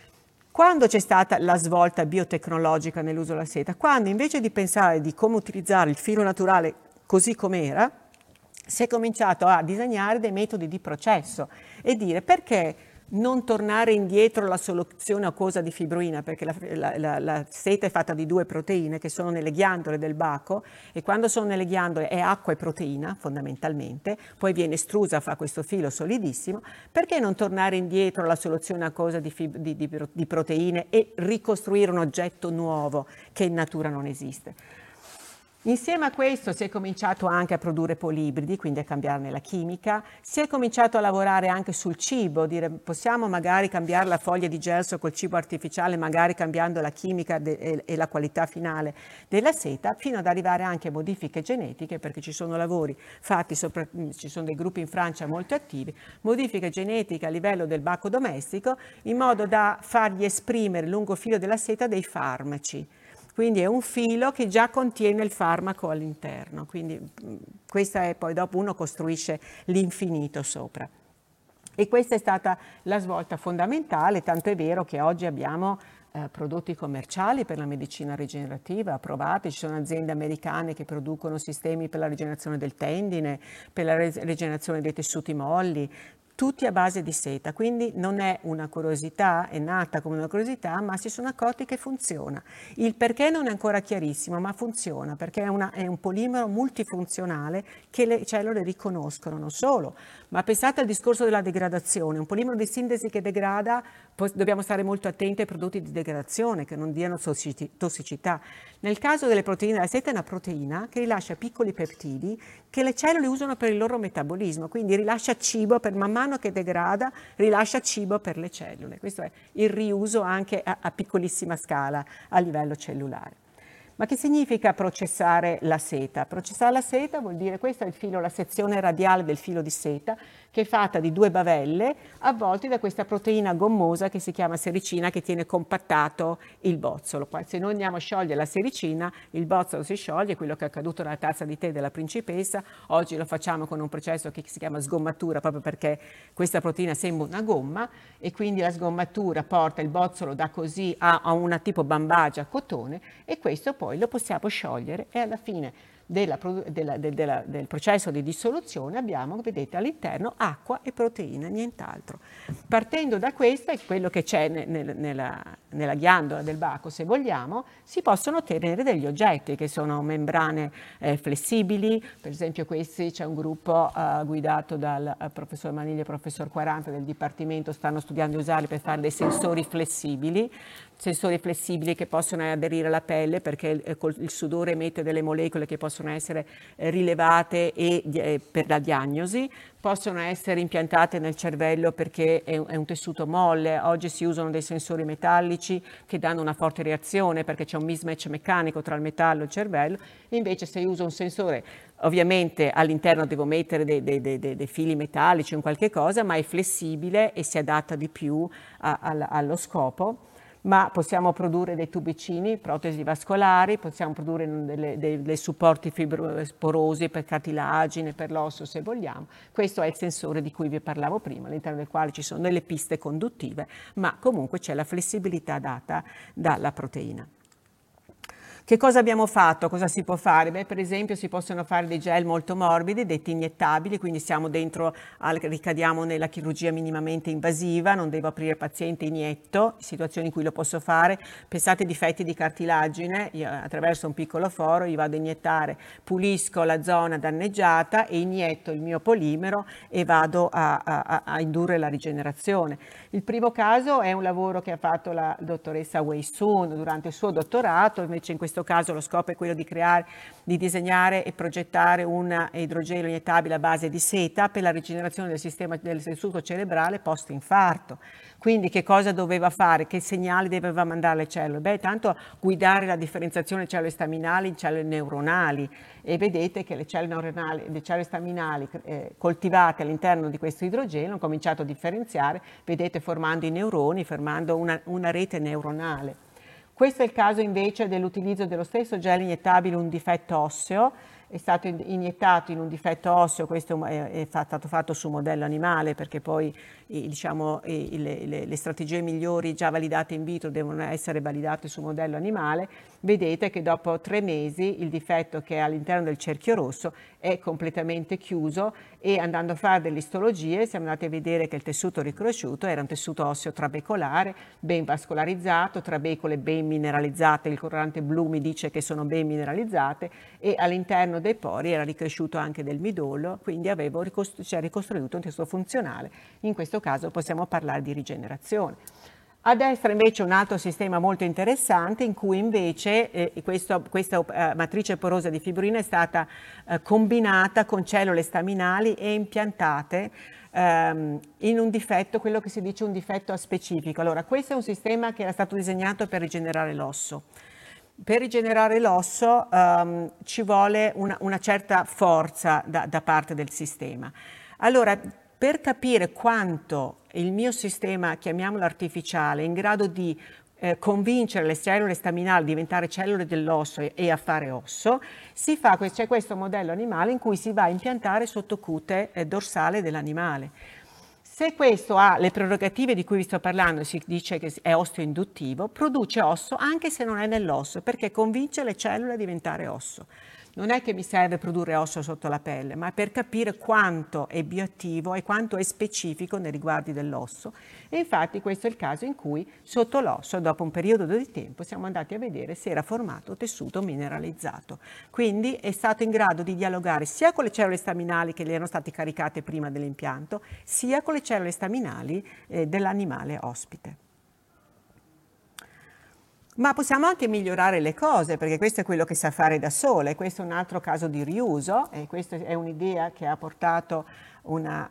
Quando c'è stata la svolta biotecnologica nell'uso della seta? Quando invece di pensare di come utilizzare il filo naturale così com'era, si è cominciato a disegnare dei metodi di processo e dire perché non tornare indietro alla soluzione acquosa di fibroina, perché la seta è fatta di 2 proteine che sono nelle ghiandole del baco e quando sono nelle ghiandole è acqua e proteina fondamentalmente, poi viene estrusa, fa questo filo solidissimo, perché non tornare indietro alla soluzione acquosa di proteine e ricostruire un oggetto nuovo che in natura non esiste? Insieme a questo si è cominciato anche a produrre polibridi, quindi a cambiarne la chimica, si è cominciato a lavorare anche sul cibo, dire possiamo magari cambiare la foglia di gelso col cibo artificiale, magari cambiando la chimica e la qualità finale della seta, fino ad arrivare anche a modifiche genetiche, perché ci sono lavori fatti, ci sono dei gruppi in Francia molto attivi, modifiche genetiche a livello del baco domestico, in modo da fargli esprimere lungo il filo della seta dei farmaci. Quindi è un filo che già contiene il farmaco all'interno, quindi questa è poi dopo uno costruisce l'infinito sopra. E questa è stata la svolta fondamentale, tanto è vero che oggi abbiamo prodotti commerciali per la medicina rigenerativa approvati, ci sono aziende americane che producono sistemi per la rigenerazione del tendine, per la rigenerazione dei tessuti molli, tutti a base di seta, quindi non è una curiosità, è nata come una curiosità, ma si sono accorti che funziona. Il perché non è ancora chiarissimo, ma funziona, perché è un polimero multifunzionale che le cellule riconoscono, non solo. Ma pensate al discorso della degradazione, un polimero di sintesi che degrada, dobbiamo stare molto attenti ai prodotti di degradazione, che non diano tossicità. Nel caso delle proteine, la seta è una proteina che rilascia piccoli peptidi che le cellule usano per il loro metabolismo, quindi rilascia cibo per man mano che degrada, rilascia cibo per le cellule. Questo è il riuso anche a piccolissima scala a livello cellulare. Ma che significa processare la seta? Processare la seta vuol dire, questo è il filo, la sezione radiale del filo di seta, che è fatta di 2 bavelle avvolti da questa proteina gommosa che si chiama sericina, che tiene compattato il bozzolo. Se noi andiamo a sciogliere la sericina, il bozzolo si scioglie, quello che è accaduto nella tazza di tè della principessa. Oggi lo facciamo con un processo che si chiama sgommatura, proprio perché questa proteina sembra una gomma e quindi la sgommatura porta il bozzolo da così a una tipo bambagia a cotone, e questo poi lo possiamo sciogliere e alla fine del processo di dissoluzione abbiamo, vedete, all'interno acqua e proteine, nient'altro. Partendo da questo, e quello che c'è nella ghiandola del baco, se vogliamo, si possono ottenere degli oggetti che sono membrane flessibili. Per esempio questi, c'è un gruppo guidato dal professor Maniglia e il professor 40 del Dipartimento, stanno studiando di usarli per fare dei sensori flessibili che possono aderire alla pelle, perché il sudore emette delle molecole che possono essere rilevate per la diagnosi, possono essere impiantate nel cervello perché è un tessuto molle. Oggi si usano dei sensori metallici che danno una forte reazione perché c'è un mismatch meccanico tra il metallo e il cervello, invece se io uso un sensore, ovviamente all'interno devo mettere dei fili metallici o qualche cosa, ma è flessibile e si adatta di più allo scopo. Ma possiamo produrre dei tubicini, protesi vascolari, possiamo produrre dei supporti fibrosporosi per cartilagine, per l'osso se vogliamo. Questo è il sensore di cui vi parlavo prima, all'interno del quale ci sono delle piste conduttive, ma comunque c'è la flessibilità data dalla proteina. Che cosa abbiamo fatto? Cosa si può fare? Beh, per esempio si possono fare dei gel molto morbidi, detti iniettabili, quindi siamo dentro, ricadiamo nella chirurgia minimamente invasiva, non devo aprire paziente inietto, situazioni in cui lo posso fare. Pensate ai difetti di cartilagine, io attraverso un piccolo foro io vado a iniettare, pulisco la zona danneggiata e inietto il mio polimero e vado a indurre la rigenerazione. Il primo caso è un lavoro che ha fatto la dottoressa Wei Sun durante il suo dottorato, invece in questo questo caso lo scopo è quello di disegnare e progettare un idrogelo iniettabile a base di seta per la rigenerazione del sistema del tessuto cerebrale post-infarto. Quindi che cosa doveva fare? Che segnali doveva mandare alle cellule? Beh, tanto guidare la differenziazione di cellule staminali in cellule neuronali, e vedete che le cellule staminali coltivate all'interno di questo idrogelo hanno cominciato a differenziare, vedete, formando i neuroni, formando una rete neuronale. Questo è il caso invece dell'utilizzo dello stesso gel iniettabile in un difetto osseo. È stato iniettato in un difetto osseo, questo è stato fatto su modello animale, perché poi diciamo, le strategie migliori già validate in vitro devono essere validate su modello animale. Vedete che dopo 3 mesi il difetto che è all'interno del cerchio rosso è completamente chiuso, e andando a fare delle istologie siamo andati a vedere che il tessuto ricresciuto era un tessuto osseo trabecolare, ben vascolarizzato, trabecole ben mineralizzate, il colorante blu mi dice che sono ben mineralizzate, e all'interno dei pori era ricresciuto anche del midollo, quindi avevo ricostruito un tessuto funzionale. In questo caso possiamo parlare di rigenerazione. A destra invece un altro sistema molto interessante in cui invece questa matrice porosa di fibroina è stata combinata con cellule staminali e impiantate in un difetto, quello che si dice un difetto aspecifico. Allora, questo è un sistema che era stato disegnato per rigenerare l'osso. Per rigenerare l'osso ci vuole una certa forza da parte del sistema. Allora, per capire quanto il mio sistema, chiamiamolo artificiale, è in grado di convincere le cellule staminali a diventare cellule dell'osso e a fare osso, c'è questo modello animale in cui si va a impiantare sotto cute dorsale dell'animale. Se questo ha le prerogative di cui vi sto parlando, si dice che è osteoinduttivo, produce osso anche se non è nell'osso, perché convince le cellule a diventare osso. Non è che mi serve produrre osso sotto la pelle, ma per capire quanto è bioattivo e quanto è specifico nei riguardi dell'osso. E infatti questo è il caso in cui sotto l'osso, dopo un periodo di tempo, siamo andati a vedere se era formato tessuto mineralizzato. Quindi è stato in grado di dialogare sia con le cellule staminali che le erano state caricate prima dell'impianto, sia con le cellule staminali dell'animale ospite. Ma possiamo anche migliorare le cose, perché questo è quello che sa fare da sola, e questo è un altro caso di riuso, e questa è un'idea che ha portato una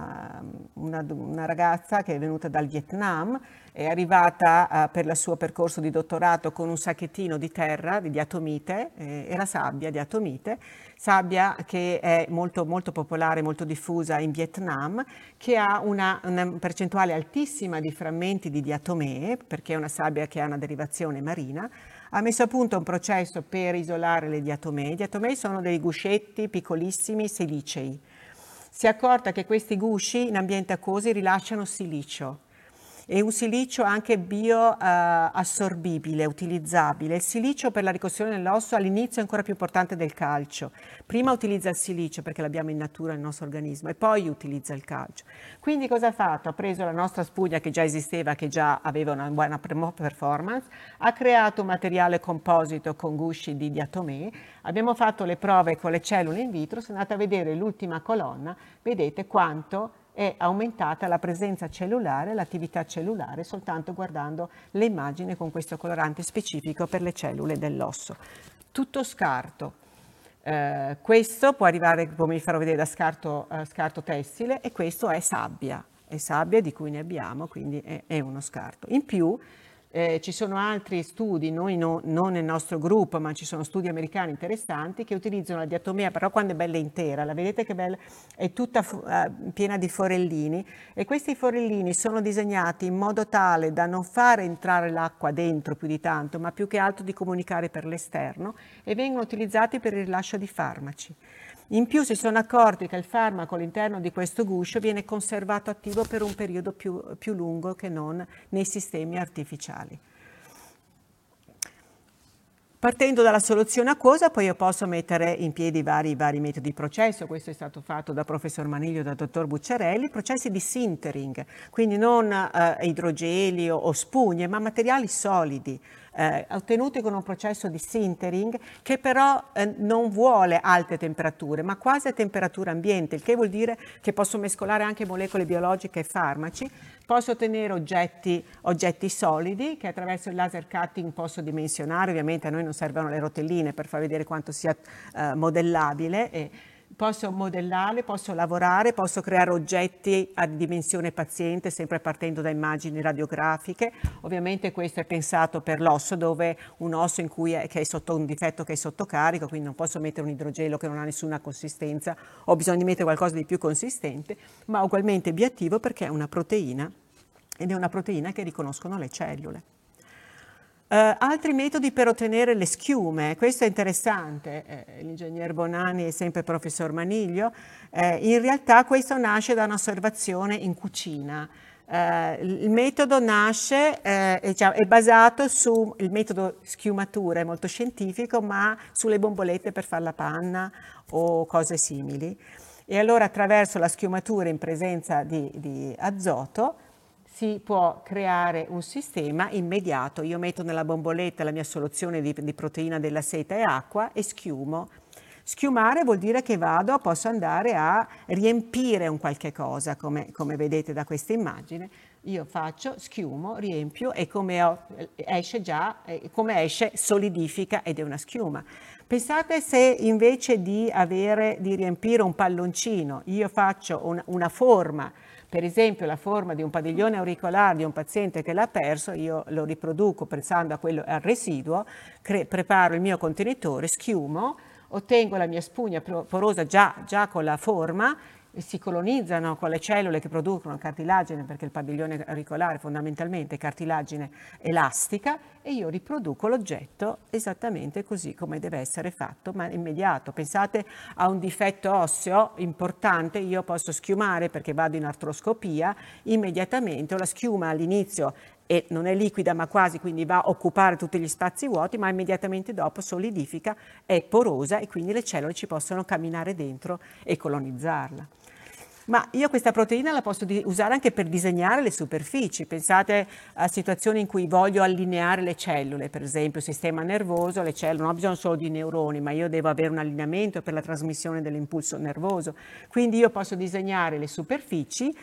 ragazza che è venuta dal Vietnam, è arrivata per il suo percorso di dottorato con un sacchettino di terra, di diatomite, era sabbia di atomite, sabbia che è molto, molto popolare, molto diffusa in Vietnam, che ha una percentuale altissima di frammenti di diatomee, perché è una sabbia che ha una derivazione marina. Ha messo a punto un processo per isolare le diatomee. I diatomei sono dei guscetti piccolissimi silicei. Si è accorta che questi gusci in ambiente acquoso rilasciano silicio, e un silicio anche bioassorbibile, utilizzabile. Il silicio per la ricostruzione dell'osso all'inizio è ancora più importante del calcio. Prima utilizza il silicio perché l'abbiamo in natura nel nostro organismo, e poi utilizza il calcio. Quindi cosa ha fatto? Ha preso la nostra spugna che già esisteva, che già aveva una buona performance, ha creato un materiale composito con gusci di diatomee, abbiamo fatto le prove con le cellule in vitro, sono andata a vedere l'ultima colonna, vedete quanto è aumentata la presenza cellulare, l'attività cellulare, soltanto guardando le immagini con questo colorante specifico per le cellule dell'osso. Tutto scarto. Questo può arrivare, come vi farò vedere, da scarto tessile, e questo è sabbia di cui ne abbiamo, quindi è uno scarto. In più ci sono altri studi, noi non nel nostro gruppo, ma ci sono studi americani interessanti che utilizzano la diatomea, però quando è bella intera, la vedete che bella, è tutta piena di forellini, e questi forellini sono disegnati in modo tale da non fare entrare l'acqua dentro più di tanto, ma più che altro di comunicare per l'esterno, e vengono utilizzati per il rilascio di farmaci. In più si sono accorti che il farmaco all'interno di questo guscio viene conservato attivo per un periodo più lungo che non nei sistemi artificiali. Partendo dalla soluzione acquosa, poi io posso mettere in piedi vari metodi di processo. Questo è stato fatto da professor Maniglio e da dottor Bucciarelli, processi di sintering, quindi non idrogeli o spugne, ma materiali solidi, ottenuti con un processo di sintering che però non vuole alte temperature, ma quasi a temperatura ambiente, il che vuol dire che posso mescolare anche molecole biologiche e farmaci. Posso ottenere oggetti solidi che attraverso il laser cutting posso dimensionare. Ovviamente a noi non servono le rotelline per far vedere quanto sia modellabile. Posso modellarle, posso lavorare, posso creare oggetti a dimensione paziente, sempre partendo da immagini radiografiche. Ovviamente questo è pensato per l'osso, dove un osso che è sotto un difetto, che è sotto carico, quindi non posso mettere un idrogelo che non ha nessuna consistenza, ho bisogno di mettere qualcosa di più consistente, ma ugualmente bioattivo perché è una proteina, ed è una proteina che riconoscono le cellule. Altri metodi per ottenere le schiume, questo è interessante, l'ingegner Bonanni e sempre professor Maniglio, in realtà questo nasce da un'osservazione in cucina. Il metodo nasce, è basato il metodo schiumatura, è molto scientifico, ma sulle bombolette per fare la panna o cose simili. E allora attraverso la schiumatura in presenza di azoto si può creare un sistema immediato. Io metto nella bomboletta la mia soluzione di proteina della seta e acqua e schiumo. Schiumare vuol dire che posso andare a riempire un qualche cosa, come vedete da questa immagine. Io schiumo, riempio e come esce solidifica ed è una schiuma. Pensate se invece di riempire un palloncino, io faccio una forma, per esempio la forma di un padiglione auricolare di un paziente che l'ha perso, io lo riproduco pensando al residuo, preparo il mio contenitore, schiumo, ottengo la mia spugna porosa già con la forma, si colonizzano con le cellule che producono cartilagine, perché il padiglione auricolare fondamentalmente è cartilagine elastica, e io riproduco l'oggetto esattamente così come deve essere fatto, ma immediato. Pensate a un difetto osseo importante, io posso schiumare perché vado in artroscopia, immediatamente la schiuma all'inizio e non è liquida ma quasi, quindi va a occupare tutti gli spazi vuoti, ma immediatamente dopo solidifica, è porosa e quindi le cellule ci possono camminare dentro e colonizzarla. Ma io questa proteina la posso usare anche per disegnare le superfici. Pensate a situazioni in cui voglio allineare le cellule, per esempio il sistema nervoso, le cellule non ho bisogno solo di neuroni, ma io devo avere un allineamento per la trasmissione dell'impulso nervoso. Quindi io posso disegnare le superfici,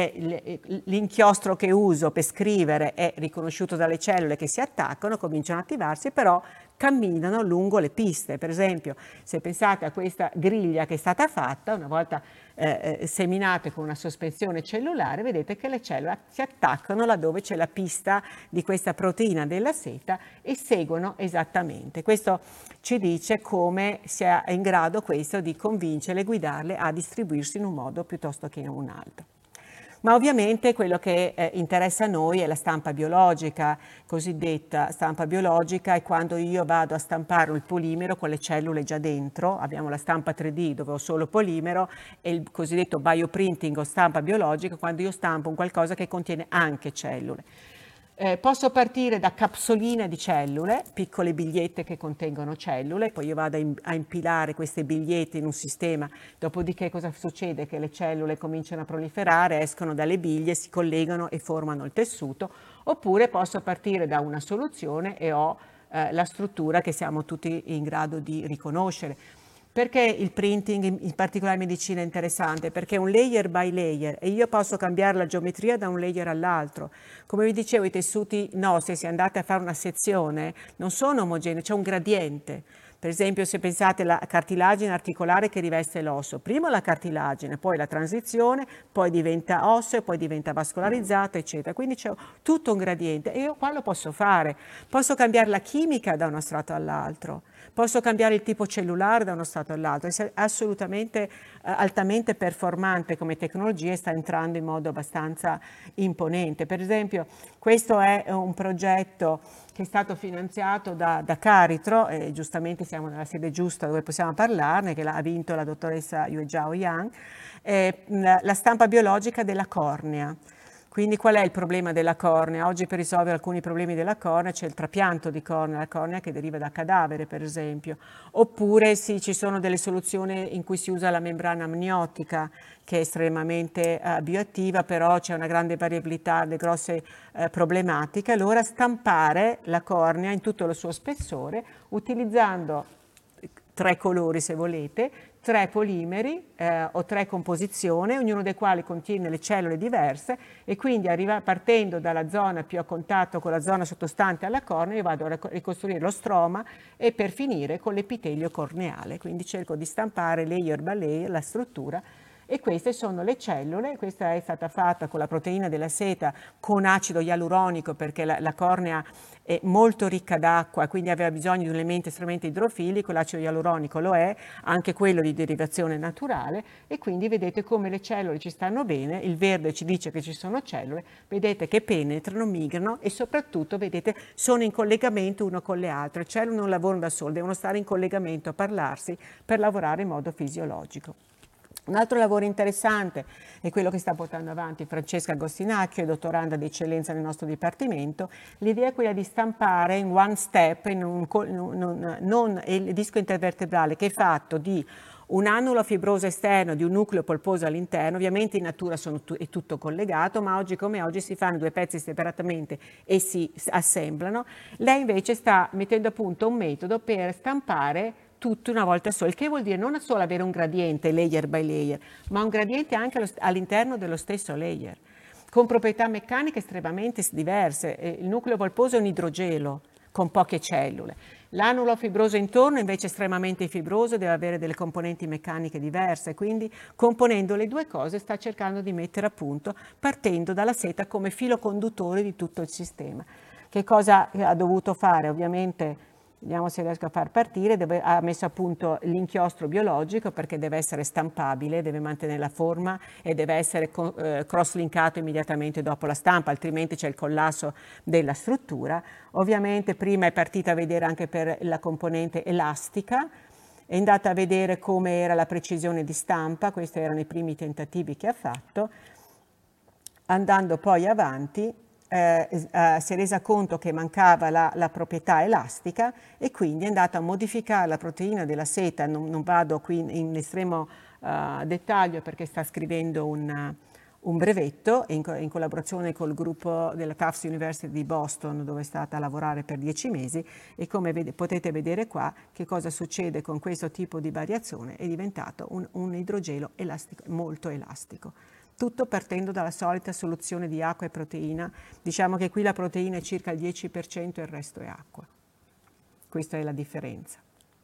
l'inchiostro che uso per scrivere è riconosciuto dalle cellule che si attaccano, cominciano ad attivarsi, però camminano lungo le piste. Per esempio, se pensate a questa griglia che è stata fatta, una volta seminate con una sospensione cellulare, vedete che le cellule si attaccano laddove c'è la pista di questa proteina della seta e seguono esattamente. Questo ci dice come sia in grado questo di convincerle e guidarle a distribuirsi in un modo piuttosto che in un altro. Ma ovviamente quello che interessa a noi è la stampa biologica, cosiddetta stampa biologica, è quando io vado a stampare il polimero con le cellule già dentro. Abbiamo la stampa 3D dove ho solo polimero e il cosiddetto bioprinting o stampa biologica quando io stampo un qualcosa che contiene anche cellule. Posso partire da capsuline di cellule, piccole bigliette che contengono cellule, poi io vado a impilare queste bigliette in un sistema, dopodiché cosa succede? Che le cellule cominciano a proliferare, escono dalle biglie, si collegano e formano il tessuto, oppure posso partire da una soluzione e ho la struttura che siamo tutti in grado di riconoscere. Perché il printing, in particolare in medicina, è interessante? Perché è un layer by layer e io posso cambiare la geometria da un layer all'altro. Come vi dicevo, i tessuti nostri, se andate a fare una sezione, non sono omogenei, c'è un gradiente. Per esempio, se pensate alla cartilagine articolare che riveste l'osso, prima la cartilagine, poi la transizione, poi diventa osseo, poi diventa vascolarizzata, eccetera. Quindi c'è tutto un gradiente e io qua lo posso fare. Posso cambiare la chimica da uno strato all'altro. Posso cambiare il tipo cellulare da uno stato all'altro, è assolutamente altamente performante come tecnologia e sta entrando in modo abbastanza imponente. Per esempio, questo è un progetto che è stato finanziato da Caritro, e giustamente siamo nella sede giusta dove possiamo parlarne, che ha vinto la dottoressa Yue Zhao Yang, la stampa biologica della cornea. Quindi qual è il problema della cornea? Oggi per risolvere alcuni problemi della cornea c'è il trapianto di cornea, la cornea che deriva da cadavere per esempio, oppure sì, ci sono delle soluzioni in cui si usa la membrana amniotica che è estremamente bioattiva, però c'è una grande variabilità, delle grosse problematiche. Allora stampare la cornea in tutto il suo spessore utilizzando 3 colori se volete, 3 polimeri o 3 composizioni, ognuno dei quali contiene le cellule diverse e quindi partendo dalla zona più a contatto con la zona sottostante alla cornea io vado a ricostruire lo stroma e per finire con l'epitelio corneale, quindi cerco di stampare layer by layer la struttura. E queste sono le cellule, questa è stata fatta con la proteina della seta con acido ialuronico perché la cornea è molto ricca d'acqua, quindi aveva bisogno di un elemento estremamente idrofilico, l'acido ialuronico lo è, anche quello di derivazione naturale e quindi vedete come le cellule ci stanno bene, il verde ci dice che ci sono cellule, vedete che penetrano, migrano e soprattutto vedete sono in collegamento uno con le altre, le cellule non lavorano da sole, devono stare in collegamento a parlarsi per lavorare in modo fisiologico. Un altro lavoro interessante è quello che sta portando avanti Francesca Agostinacchio, dottoranda di eccellenza nel nostro dipartimento. L'idea è quella di stampare in one step il disco intervertebrale che è fatto di un annulo fibroso esterno di un nucleo polposo all'interno, ovviamente in natura è tutto collegato, ma oggi come oggi si fanno 2 pezzi separatamente e si assemblano. Lei invece sta mettendo a punto un metodo per stampare tutto una volta sola, il che vuol dire non solo avere un gradiente layer by layer, ma un gradiente anche all'interno dello stesso layer, con proprietà meccaniche estremamente diverse. Il nucleo polposo è un idrogelo con poche cellule. L'anulo fibroso intorno invece è estremamente fibroso, deve avere delle componenti meccaniche diverse, quindi componendo le 2 cose sta cercando di mettere a punto, partendo dalla seta come filo conduttore di tutto il sistema. Che cosa ha dovuto fare? Ovviamente vediamo se riesco a far partire, ha messo a punto l'inchiostro biologico perché deve essere stampabile, deve mantenere la forma e deve essere cross-linkato immediatamente dopo la stampa, altrimenti c'è il collasso della struttura. Ovviamente prima è partita a vedere anche per la componente elastica, è andata a vedere come era la precisione di stampa, questi erano i primi tentativi che ha fatto, andando poi avanti. Si è resa conto che mancava la proprietà elastica e quindi è andata a modificare la proteina della seta, non vado qui in estremo dettaglio perché sta scrivendo un brevetto in collaborazione col gruppo della Tufts University di Boston dove è stata a lavorare per 10 mesi e come potete vedere qua che cosa succede con questo tipo di variazione, è diventato un idrogelo elastico, molto elastico. Tutto partendo dalla solita soluzione di acqua e proteina. Diciamo che qui la proteina è circa il 10% e il resto è acqua. Questa è la differenza.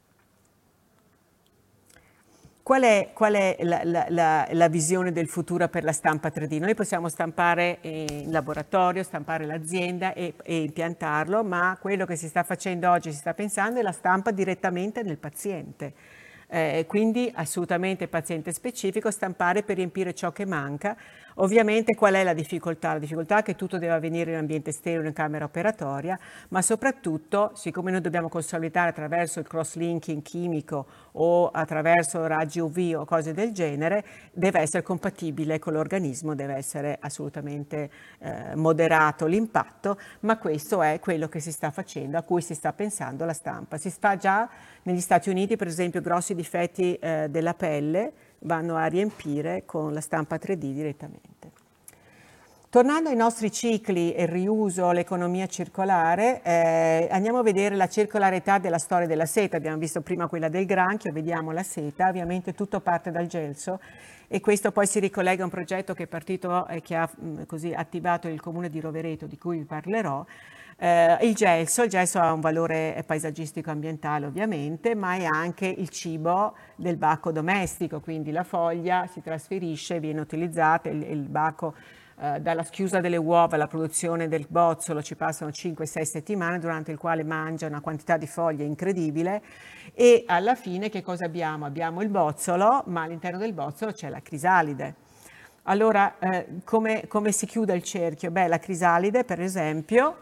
Qual è la visione del futuro per la stampa 3D? Noi possiamo stampare in laboratorio, stampare l'azienda e impiantarlo, ma quello che si sta facendo oggi, si sta pensando, è la stampa direttamente nel paziente. Quindi assolutamente paziente specifico, stampare per riempire ciò che manca. Ovviamente qual è la difficoltà? La difficoltà è che tutto deve avvenire in ambiente stereo, in camera operatoria, ma soprattutto, siccome noi dobbiamo consolidare attraverso il cross-linking chimico o attraverso raggi UV o cose del genere, deve essere compatibile con l'organismo, deve essere assolutamente moderato l'impatto, ma questo è quello che si sta facendo, a cui si sta pensando la stampa. Si fa già negli Stati Uniti, per esempio, grossi difetti della pelle vanno a riempire con la stampa 3D direttamente. Tornando ai nostri cicli, il riuso, l'economia circolare, andiamo a vedere la circolarità della storia della seta. Abbiamo visto prima quella del granchio, vediamo la seta, ovviamente tutto parte dal gelso e questo poi si ricollega a un progetto che è partito e che ha così attivato il comune di Rovereto, di cui vi parlerò. Il gelso ha un valore paesaggistico ambientale ovviamente, ma è anche il cibo del bacco domestico, quindi la foglia si trasferisce, viene utilizzata, il bacco dalla schiusa delle uova alla produzione del bozzolo ci passano 5-6 settimane durante il quale mangia una quantità di foglie incredibile e alla fine che cosa abbiamo? Abbiamo il bozzolo, ma all'interno del bozzolo c'è la crisalide. Allora come si chiude il cerchio? Beh, la crisalide per esempio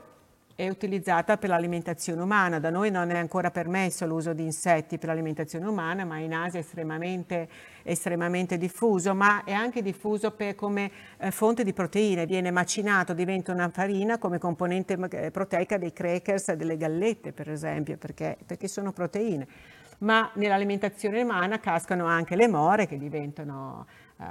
è utilizzata per l'alimentazione umana. Da noi non è ancora permesso l'uso di insetti per l'alimentazione umana, ma in Asia è estremamente diffuso, ma è anche diffuso come fonte di proteine. Viene macinato, diventa una farina come componente proteica dei crackers e delle gallette, per esempio, perché sono proteine. Ma nell'alimentazione umana cascano anche le more che diventano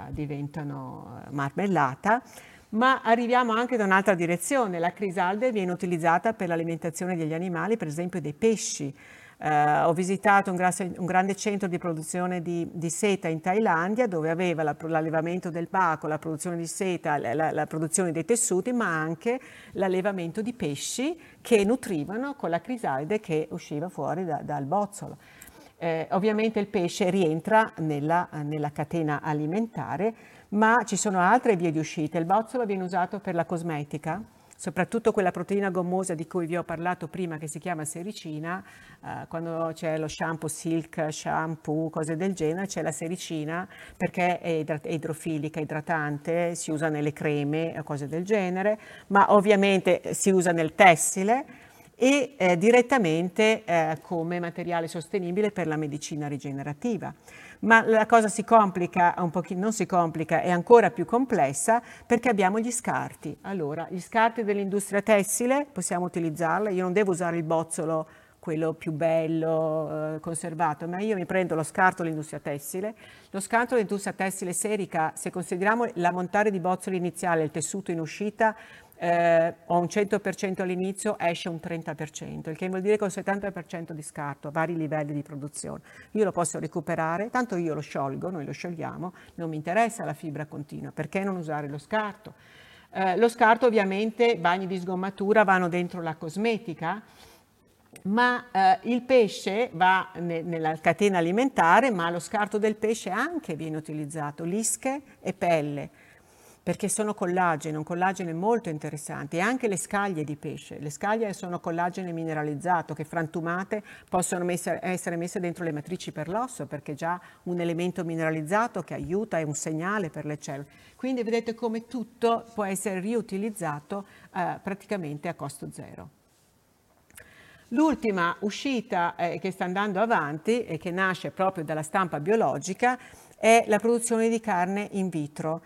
marmellata. Ma arriviamo anche da un'altra direzione. La crisalide viene utilizzata per l'alimentazione degli animali, per esempio dei pesci. Ho visitato un grande centro di produzione di seta in Thailandia, dove aveva l'allevamento del baco, la produzione di seta, la produzione dei tessuti, ma anche l'allevamento di pesci che nutrivano con la crisalide che usciva fuori dal bozzolo. Ovviamente il pesce rientra nella catena alimentare, ma ci sono altre vie di uscita. Il bozzolo viene usato per la cosmetica, soprattutto quella proteina gommosa di cui vi ho parlato prima, che si chiama sericina. Quando c'è lo shampoo silk, shampoo, cose del genere, c'è la sericina perché è idrofilica, idratante, si usa nelle creme o cose del genere, ma ovviamente si usa nel tessile e direttamente come materiale sostenibile per la medicina rigenerativa. Ma la cosa si complica un pochino, non si complica, è ancora più complessa perché abbiamo gli scarti. Allora, gli scarti dell'industria tessile possiamo utilizzarla, io non devo usare il bozzolo, quello più bello, conservato, ma io mi prendo lo scarto dell'industria tessile. Lo scarto dell'industria tessile serica, se consideriamo l'ammontare di bozzoli iniziale, il tessuto in uscita, ho un 100% all'inizio, esce un 30%, il che vuol dire che ho un 70% di scarto a vari livelli di produzione. Io lo posso recuperare, tanto io lo sciolgo, noi lo sciogliamo, non mi interessa la fibra continua, perché non usare lo scarto? Lo scarto ovviamente, bagni di sgommatura vanno dentro la cosmetica, ma il pesce va nella catena alimentare, ma lo scarto del pesce anche viene utilizzato, lische e pelle, perché sono collagene, un collagene molto interessante, e anche le scaglie di pesce. Le scaglie sono collagene mineralizzato che frantumate possono essere messe dentro le matrici per l'osso, perché è già un elemento mineralizzato che aiuta, è un segnale per le cellule. Quindi vedete come tutto può essere riutilizzato praticamente a costo zero. L'ultima uscita che sta andando avanti e che nasce proprio dalla stampa biologica è la produzione di carne in vitro.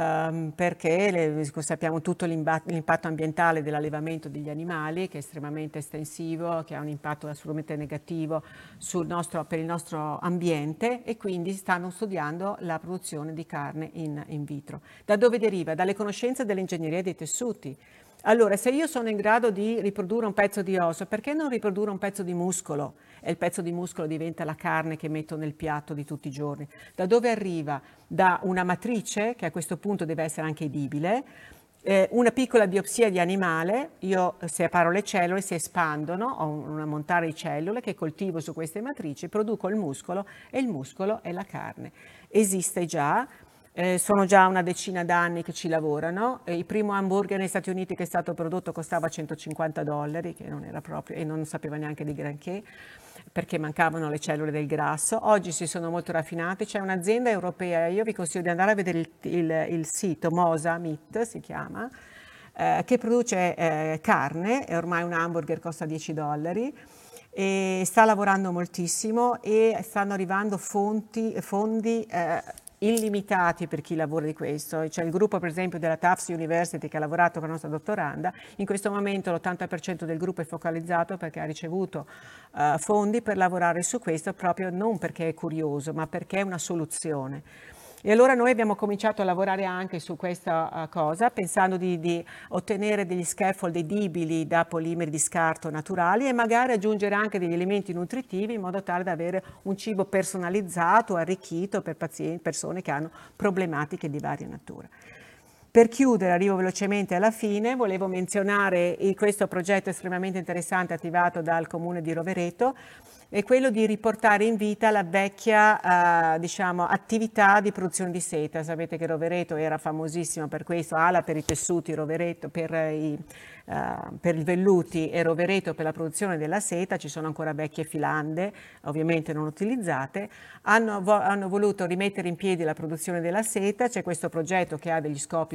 Perché sappiamo tutto l'impatto ambientale dell'allevamento degli animali, che è estremamente estensivo, che ha un impatto assolutamente negativo per il nostro ambiente, e quindi stanno studiando la produzione di carne in vitro. Da dove deriva? Dalle conoscenze dell'ingegneria dei tessuti. Allora, se io sono in grado di riprodurre un pezzo di osso, perché non riprodurre un pezzo di muscolo? E il pezzo di muscolo diventa la carne che metto nel piatto di tutti i giorni. Da dove arriva? Da una matrice, che a questo punto deve essere anche edibile, una piccola biopsia di animale, io separo le cellule, si espandono, ho un ammontare di cellule che coltivo su queste matrici, produco il muscolo e il muscolo è la carne. Esiste già. Sono già una decina d'anni che ci lavorano. Il primo hamburger negli Stati Uniti che è stato prodotto costava $150, che non era proprio, e non sapeva neanche di granché, perché mancavano le cellule del grasso. Oggi si sono molto raffinati, c'è un'azienda europea, io vi consiglio di andare a vedere il sito, Mosa Meat si chiama, che produce carne, e ormai un hamburger costa $10, e sta lavorando moltissimo e stanno arrivando fondi illimitati per chi lavora di questo. C'è il gruppo per esempio della Tufts University che ha lavorato con la nostra dottoranda. In questo momento l'80% del gruppo è focalizzato perché ha ricevuto fondi per lavorare su questo, proprio non perché è curioso, ma perché è una soluzione. E allora noi abbiamo cominciato a lavorare anche su questa cosa, pensando di ottenere degli scaffold edibili da polimeri di scarto naturali e magari aggiungere anche degli elementi nutritivi in modo tale da avere un cibo personalizzato, arricchito per persone che hanno problematiche di varia natura. Per chiudere, arrivo velocemente alla fine, volevo menzionare questo progetto estremamente interessante attivato dal Comune di Rovereto, è quello di riportare in vita la vecchia attività di produzione di seta. Sapete che Rovereto era famosissimo per questo, Ala per i tessuti, Rovereto per i velluti e Rovereto per la produzione della seta. Ci sono ancora vecchie filande, ovviamente non utilizzate. Hanno voluto rimettere in piedi la produzione della seta, c'è questo progetto che ha degli scopi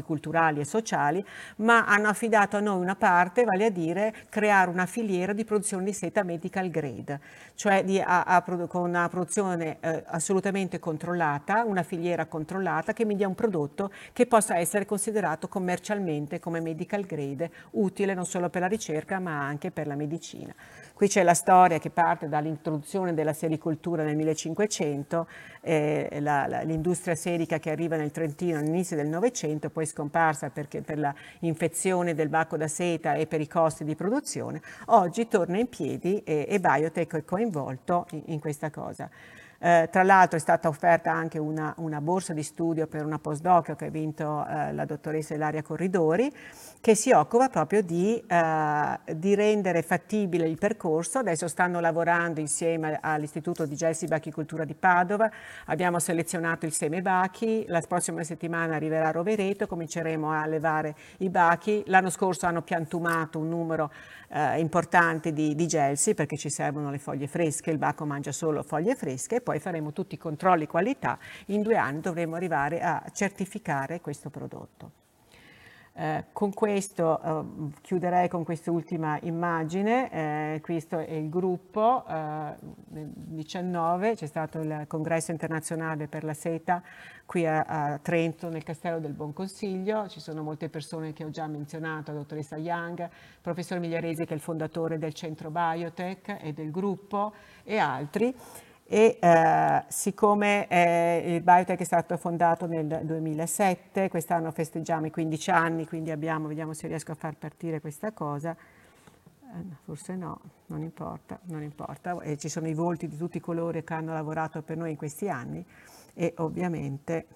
culturali e sociali, ma hanno affidato a noi una parte, vale a dire creare una filiera di produzione di seta medical grade, cioè con una produzione assolutamente controllata, una filiera controllata che mi dia un prodotto che possa essere considerato commercialmente come medical grade, utile non solo per la ricerca ma anche per la medicina. Qui c'è la storia che parte dall'introduzione della sericoltura nel 1500, l'industria serica che arriva nel Trentino all'inizio del Novecento, poi scomparsa perché per la infezione del bacco da seta e per i costi di produzione. Oggi torna in piedi e Biotech è coinvolto in questa cosa. Tra l'altro è stata offerta anche una borsa di studio per una postdoc che ha vinto la dottoressa Ilaria Corridori, che si occupa proprio di rendere fattibile il percorso. Adesso stanno lavorando insieme all'Istituto di Gelsi Bachicoltura di Padova, abbiamo selezionato il seme bachi, la prossima settimana arriverà a Rovereto, cominceremo a allevare i bachi. L'anno scorso hanno piantumato un numero importante di gelsi perché ci servono le foglie fresche, il bacco mangia solo foglie fresche, e poi faremo tutti i controlli qualità. In 2 anni dovremo arrivare a certificare questo prodotto. Con questo chiuderei con quest'ultima immagine. Questo è il gruppo. Nel 2019 c'è stato il congresso internazionale per la seta qui a Trento, nel Castello del Buon Consiglio. Ci sono molte persone che ho già menzionato, la dottoressa Young, il professor Migliaresi che è il fondatore del centro Biotech e del gruppo, e altri. E siccome il Biotech è stato fondato nel 2007, quest'anno festeggiamo i 15 anni, quindi vediamo se riesco a far partire questa cosa. Forse no, non importa. E ci sono i volti di tutti coloro che hanno lavorato per noi in questi anni e ovviamente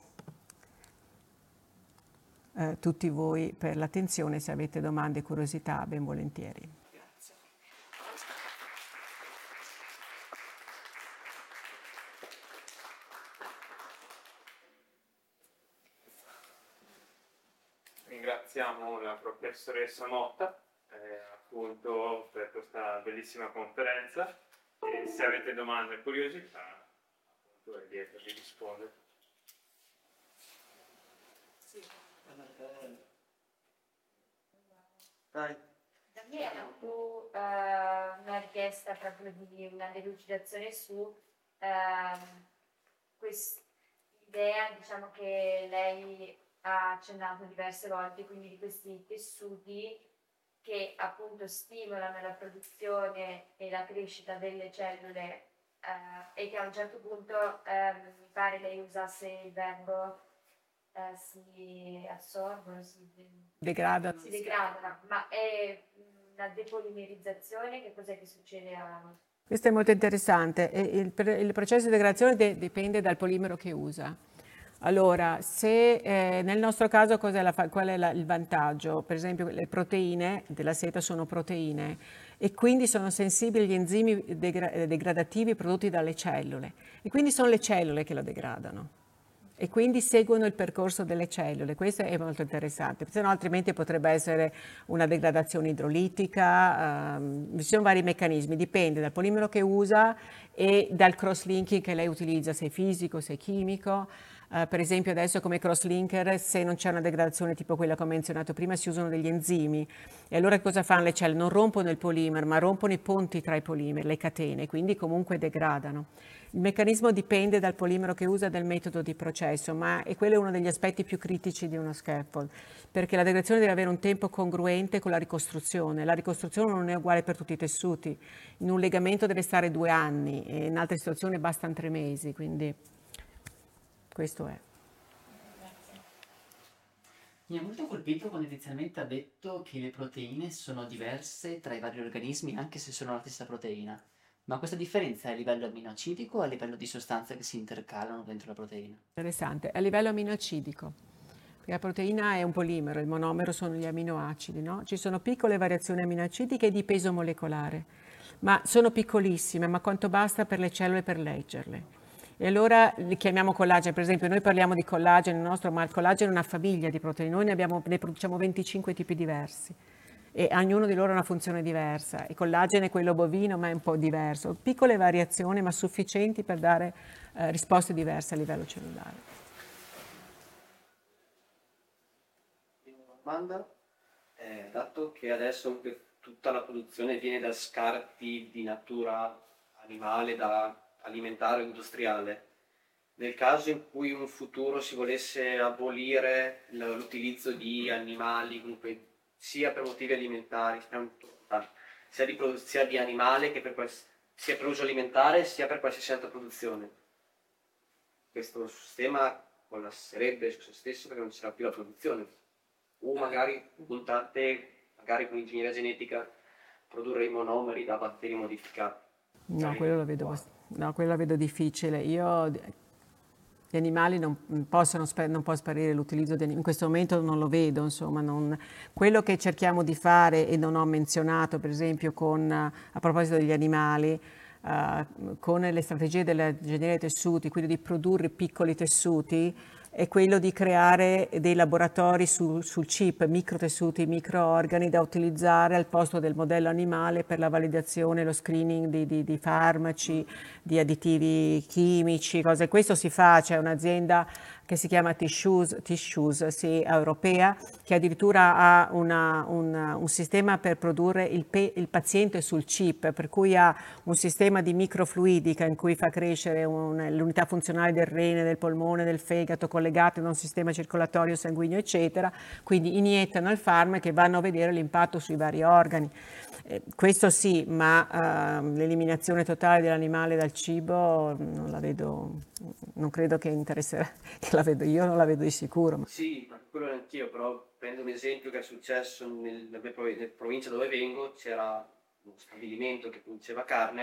tutti voi per l'attenzione. Se avete domande e curiosità, ben volentieri. Ringraziamo la professoressa Motta appunto per questa bellissima conferenza, e se avete domande e curiosità appunto è lieto di rispondere. Sì. Dai. Daniela, tu una richiesta proprio di una delucidazione su quest'idea, diciamo, che lei ha accennato diverse volte, quindi di questi tessuti che appunto stimolano la produzione e la crescita delle cellule e che a un certo punto mi pare lei usasse il verbo si assorbono, si degradano. Si degradano, ma è una depolimerizzazione, che cos'è che succede a... Questo è molto interessante. Il processo di degradazione dipende dal polimero che usa. Allora, se nel nostro caso qual è il vantaggio? Per esempio le proteine della seta sono proteine e quindi sono sensibili agli enzimi degradativi prodotti dalle cellule e quindi sono le cellule che lo degradano e quindi seguono il percorso delle cellule. Questo è molto interessante, se no altrimenti potrebbe essere una degradazione idrolitica. Ci sono vari meccanismi, dipende dal polimero che usa e dal cross-linking che lei utilizza, se è fisico, se è chimico. Per esempio adesso come cross-linker, se non c'è una degradazione tipo quella che ho menzionato prima, si usano degli enzimi. E allora cosa fanno le cellule? Non rompono il polimero, ma rompono i ponti tra i polimeri, le catene, quindi comunque degradano. Il meccanismo dipende dal polimero che usa, dal metodo di processo, ma è quello uno degli aspetti più critici di uno scaffold, perché la degradazione deve avere un tempo congruente con la ricostruzione. La ricostruzione non è uguale per tutti i tessuti. In un legamento deve stare 2 anni, e in altre situazioni bastano 3 mesi, quindi questo è. Mi ha molto colpito quando inizialmente ha detto che le proteine sono diverse tra i vari organismi anche se sono la stessa proteina. Ma questa differenza è a livello aminoacidico o a livello di sostanze che si intercalano dentro la proteina? Interessante, a livello aminoacidico, perché la proteina è un polimero, il monomero sono gli aminoacidi, no? Ci sono piccole variazioni aminoacidiche di peso molecolare, ma sono piccolissime, ma quanto basta per le cellule per leggerle. E allora li chiamiamo collagene, per esempio noi parliamo di collagene nostro, ma il collagene è una famiglia di proteine, noi ne produciamo 25 tipi diversi e ognuno di loro ha una funzione diversa. Il collagene è quello bovino, ma è un po' diverso. Piccole variazioni, ma sufficienti per dare risposte diverse a livello cellulare. domanda, dato che adesso tutta la produzione viene da scarti di natura animale, da alimentare o industriale, nel caso in cui in un futuro si volesse abolire l'utilizzo di animali, comunque sia per motivi alimentari, sia di animale che sia per uso alimentare, sia per qualsiasi altra produzione, questo sistema collasserebbe su se stesso perché non c'era più la produzione. O magari puntate, magari con ingegneria genetica, produrre i monomeri da batteri modificati. No, quello la vedo difficile. Gli animali non può sparire l'utilizzo di animali, in questo momento non lo vedo, insomma, quello che cerchiamo di fare e non ho menzionato, per esempio, a proposito degli animali, con le strategie dell'ingegneria dei tessuti, quindi di produrre piccoli tessuti, è quello di creare dei laboratori sul chip, microtessuti, microorgani da utilizzare al posto del modello animale per la validazione, lo screening di farmaci, di additivi chimici, cose. Questo si fa, c'è un'azienda che si chiama Tissues, sì, europea, che addirittura ha un sistema per produrre il paziente sul chip, per cui ha un sistema di microfluidica in cui fa crescere l'unità funzionale del rene, del polmone, del fegato, collegate da un sistema circolatorio sanguigno, eccetera. Quindi iniettano il farmaco e vanno a vedere l'impatto sui vari organi. Questo sì, ma l'eliminazione totale dell'animale dal cibo non la vedo, non credo che interesserà, che la vedo io, non la vedo di sicuro. Sì, ma quello anch'io, però prendo un esempio che è successo nella provincia dove vengo, c'era uno stabilimento che produceva carne,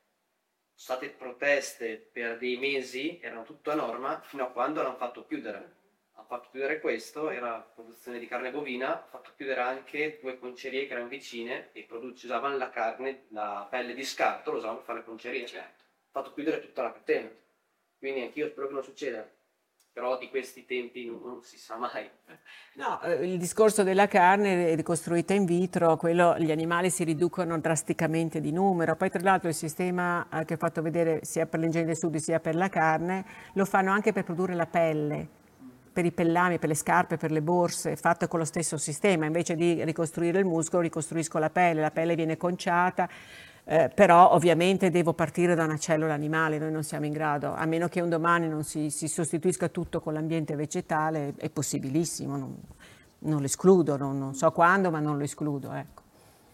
sono state proteste per dei mesi, erano tutto a norma, fino a quando l'hanno fatto chiudere. Ha fatto chiudere questo, era produzione di carne bovina, ha fatto chiudere anche 2 concerie che erano vicine e usavano la carne, la pelle di scatto, lo usavano per fare le concerie. Ha fatto chiudere tutta la catena. Quindi anch'io spero che non succeda, però di questi tempi non si sa mai. No, il discorso della carne ricostruita in vitro, gli animali si riducono drasticamente di numero, poi tra l'altro il sistema che ho fatto vedere sia per l'ingegneria dei studi sia per la carne, lo fanno anche per produrre la pelle, per i pellami, per le scarpe, per le borse, fatto con lo stesso sistema. Invece di ricostruire il muscolo, ricostruisco la pelle viene conciata, però ovviamente devo partire da una cellula animale, noi non siamo in grado, a meno che un domani non si sostituisca tutto con l'ambiente vegetale, è possibilissimo, non lo escludo, non so quando, ma non lo escludo, ecco.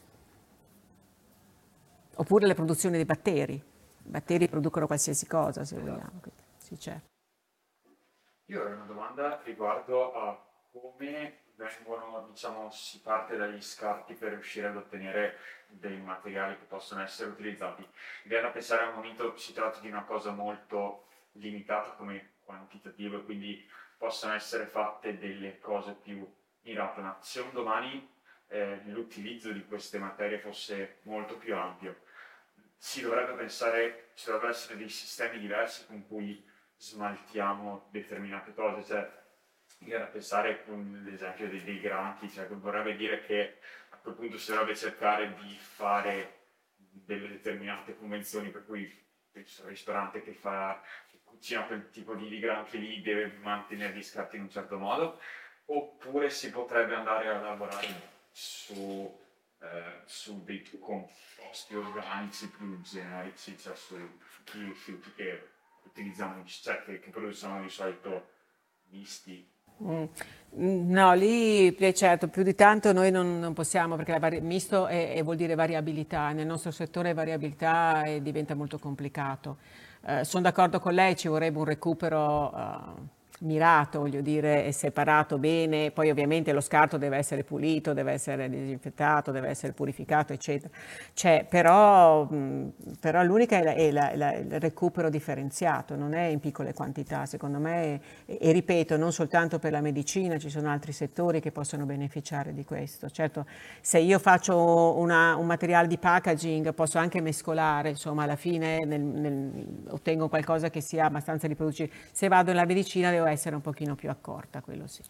Oppure la produzione dei batteri. I batteri producono qualsiasi cosa, se vogliamo. Sì, certo. Io ho una domanda riguardo a come vengono, si parte dagli scarti per riuscire ad ottenere dei materiali che possono essere utilizzati. Mi viene da pensare al momento si tratta di una cosa molto limitata come quantitativo e quindi possono essere fatte delle cose più mirate, ma se un domani l'utilizzo di queste materie fosse molto più ampio, ci dovrebbero essere dei sistemi diversi con cui smaltiamo determinate cose, cioè mi viene a pensare con l'esempio dei granchi, cioè vorrebbe dire che a quel punto si dovrebbe cercare di fare delle determinate convenzioni per cui il ristorante che cucina quel tipo di granchi lì deve mantenere gli scarti in un certo modo, oppure si potrebbe andare a lavorare su dei composti organici più generici, cioè su rifiuti che utilizziamo, cioè che produciamo di solito misti. No, lì certo, più di tanto noi non possiamo, perché misto vuol dire variabilità, nel nostro settore variabilità diventa molto complicato. Sono d'accordo con lei, ci vorrebbe un recupero mirato, voglio dire, e separato bene, poi ovviamente lo scarto deve essere pulito, deve essere disinfettato, deve essere purificato, eccetera. Però l'unica è il recupero differenziato, non è in piccole quantità, secondo me, e ripeto, non soltanto per la medicina, ci sono altri settori che possono beneficiare di questo. Certo, se io faccio un materiale di packaging posso anche mescolare, insomma, alla fine ottengo qualcosa che sia abbastanza riproducibile. Se vado nella medicina devo essere un pochino più accorta, quello sì.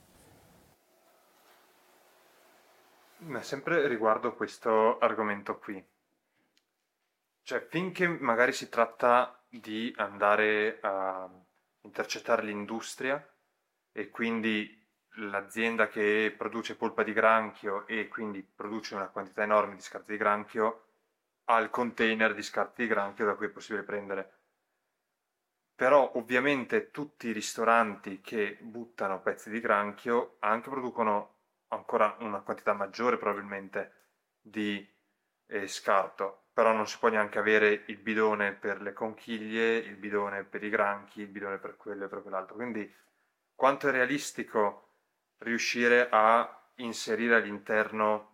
Ma sempre riguardo questo argomento qui, cioè finché magari si tratta di andare a intercettare l'industria e quindi l'azienda che produce polpa di granchio e quindi produce una quantità enorme di scarti di granchio ha il container di scarti di granchio da cui è possibile prendere. Però ovviamente tutti i ristoranti che buttano pezzi di granchio anche producono ancora una quantità maggiore probabilmente di scarto, però non si può neanche avere il bidone per le conchiglie, il bidone per i granchi, il bidone per quello e per quell'altro. Quindi quanto è realistico riuscire a inserire all'interno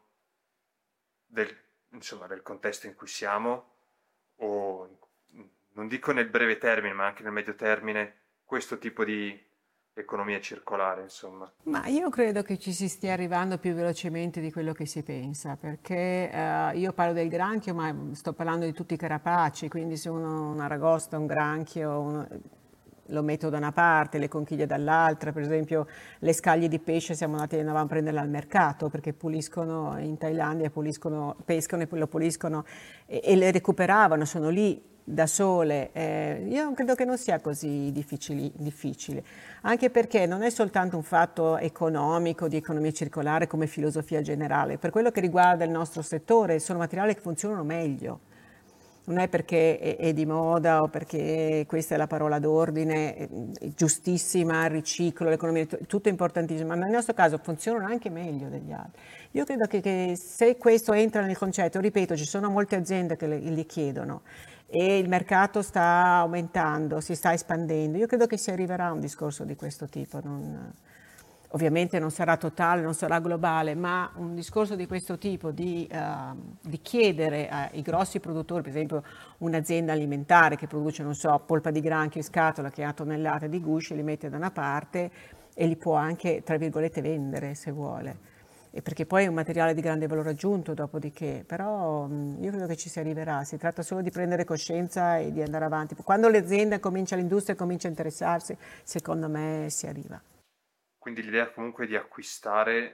del contesto in cui siamo, o non dico nel breve termine, ma anche nel medio termine, questo tipo di economia circolare, insomma. Ma io credo che ci si stia arrivando più velocemente di quello che si pensa, perché io parlo del granchio, ma sto parlando di tutti i carapaci, quindi se uno un aragosta, un granchio, lo metto da una parte, le conchiglie dall'altra, per esempio le scaglie di pesce andavamo a prenderle al mercato perché puliscono in Thailandia, pescano e poi lo puliscono e le recuperavano, sono lì da sole. Io credo che non sia così difficile, anche perché non è soltanto un fatto economico, di economia circolare come filosofia generale, per quello che riguarda il nostro settore sono materiali che funzionano meglio. Non è perché è di moda o perché questa è la parola d'ordine, è giustissima, il riciclo, l'economia, tutto è importantissimo, ma nel nostro caso funzionano anche meglio degli altri. Io credo che se questo entra nel concetto, ripeto, ci sono molte aziende che li chiedono e il mercato sta aumentando, si sta espandendo, io credo che si arriverà a un discorso di questo tipo. Ovviamente non sarà totale, non sarà globale, ma un discorso di questo tipo, di chiedere ai grossi produttori, per esempio un'azienda alimentare che produce, non so, polpa di granchio in scatola che ha tonnellate di gusci, li mette da una parte e li può anche, tra virgolette, vendere se vuole. E perché poi è un materiale di grande valore aggiunto, dopodiché, però io credo che ci si arriverà, si tratta solo di prendere coscienza e di andare avanti. Quando l'industria comincia a interessarsi, secondo me si arriva. Quindi l'idea comunque di acquistare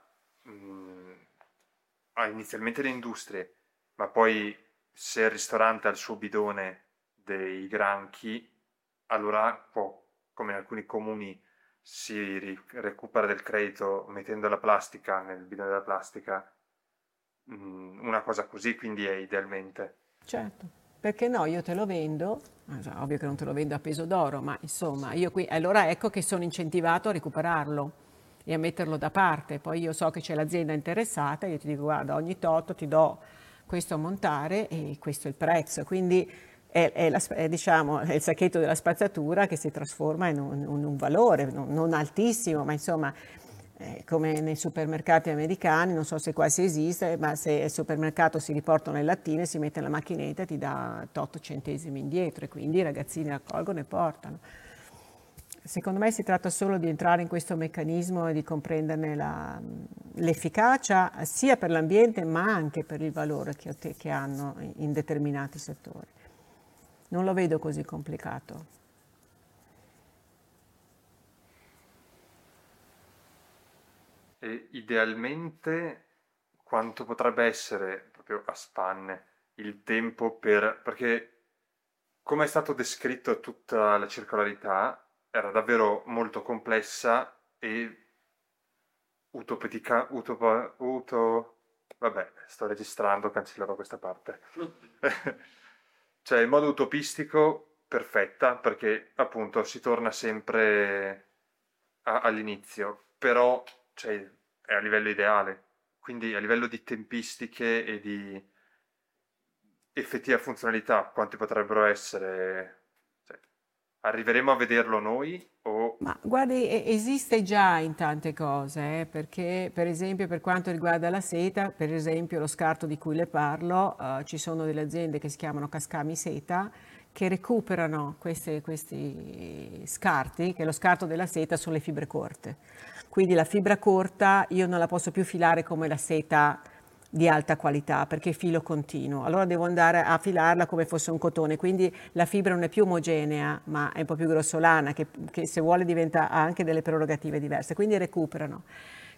inizialmente le industrie, ma poi se il ristorante ha il suo bidone dei granchi, allora può, come in alcuni comuni si recupera del credito mettendo la plastica nel bidone della plastica, una cosa così quindi è idealmente. Certo, perché no, io te lo vendo, ovvio che non te lo vendo a peso d'oro, ma insomma, io qui, allora ecco che sono incentivato a recuperarlo e a metterlo da parte, poi io so che c'è l'azienda interessata, io ti dico guarda ogni tot ti do questo a montare e questo è il prezzo, quindi diciamo, è il sacchetto della spazzatura che si trasforma in un valore, non altissimo, ma insomma come nei supermercati americani, non so se qua si esiste, ma se al supermercato si riportano le lattine, si mette nella macchinetta e ti dà 8 centesimi indietro e quindi i ragazzini raccolgono e portano. Secondo me si tratta solo di entrare in questo meccanismo e di comprenderne l'efficacia sia per l'ambiente ma anche per il valore che hanno in determinati settori. Non lo vedo così complicato. E idealmente quanto potrebbe essere, proprio a spanne, il tempo perché come è stato descritto tutta la circolarità, era davvero molto complessa e vabbè, sto registrando, cancellerò questa parte. Cioè, in modo utopistico, perfetta, perché appunto si torna sempre all'inizio, però cioè, è a livello ideale, quindi a livello di tempistiche e di effettiva funzionalità, quanti potrebbero essere? Cioè, arriveremo a vederlo noi o... Ma guardi, esiste già in tante cose, perché per esempio per quanto riguarda la seta, per esempio lo scarto di cui le parlo, ci sono delle aziende che si chiamano Cascami Seta che recuperano questi scarti, che lo scarto della seta sono le fibre corte. Quindi la fibra corta io non la posso più filare come la seta di alta qualità perché è filo continuo, allora devo andare a filarla come fosse un cotone, quindi la fibra non è più omogenea ma è un po' più grossolana che se vuole ha anche delle prerogative diverse, quindi recuperano.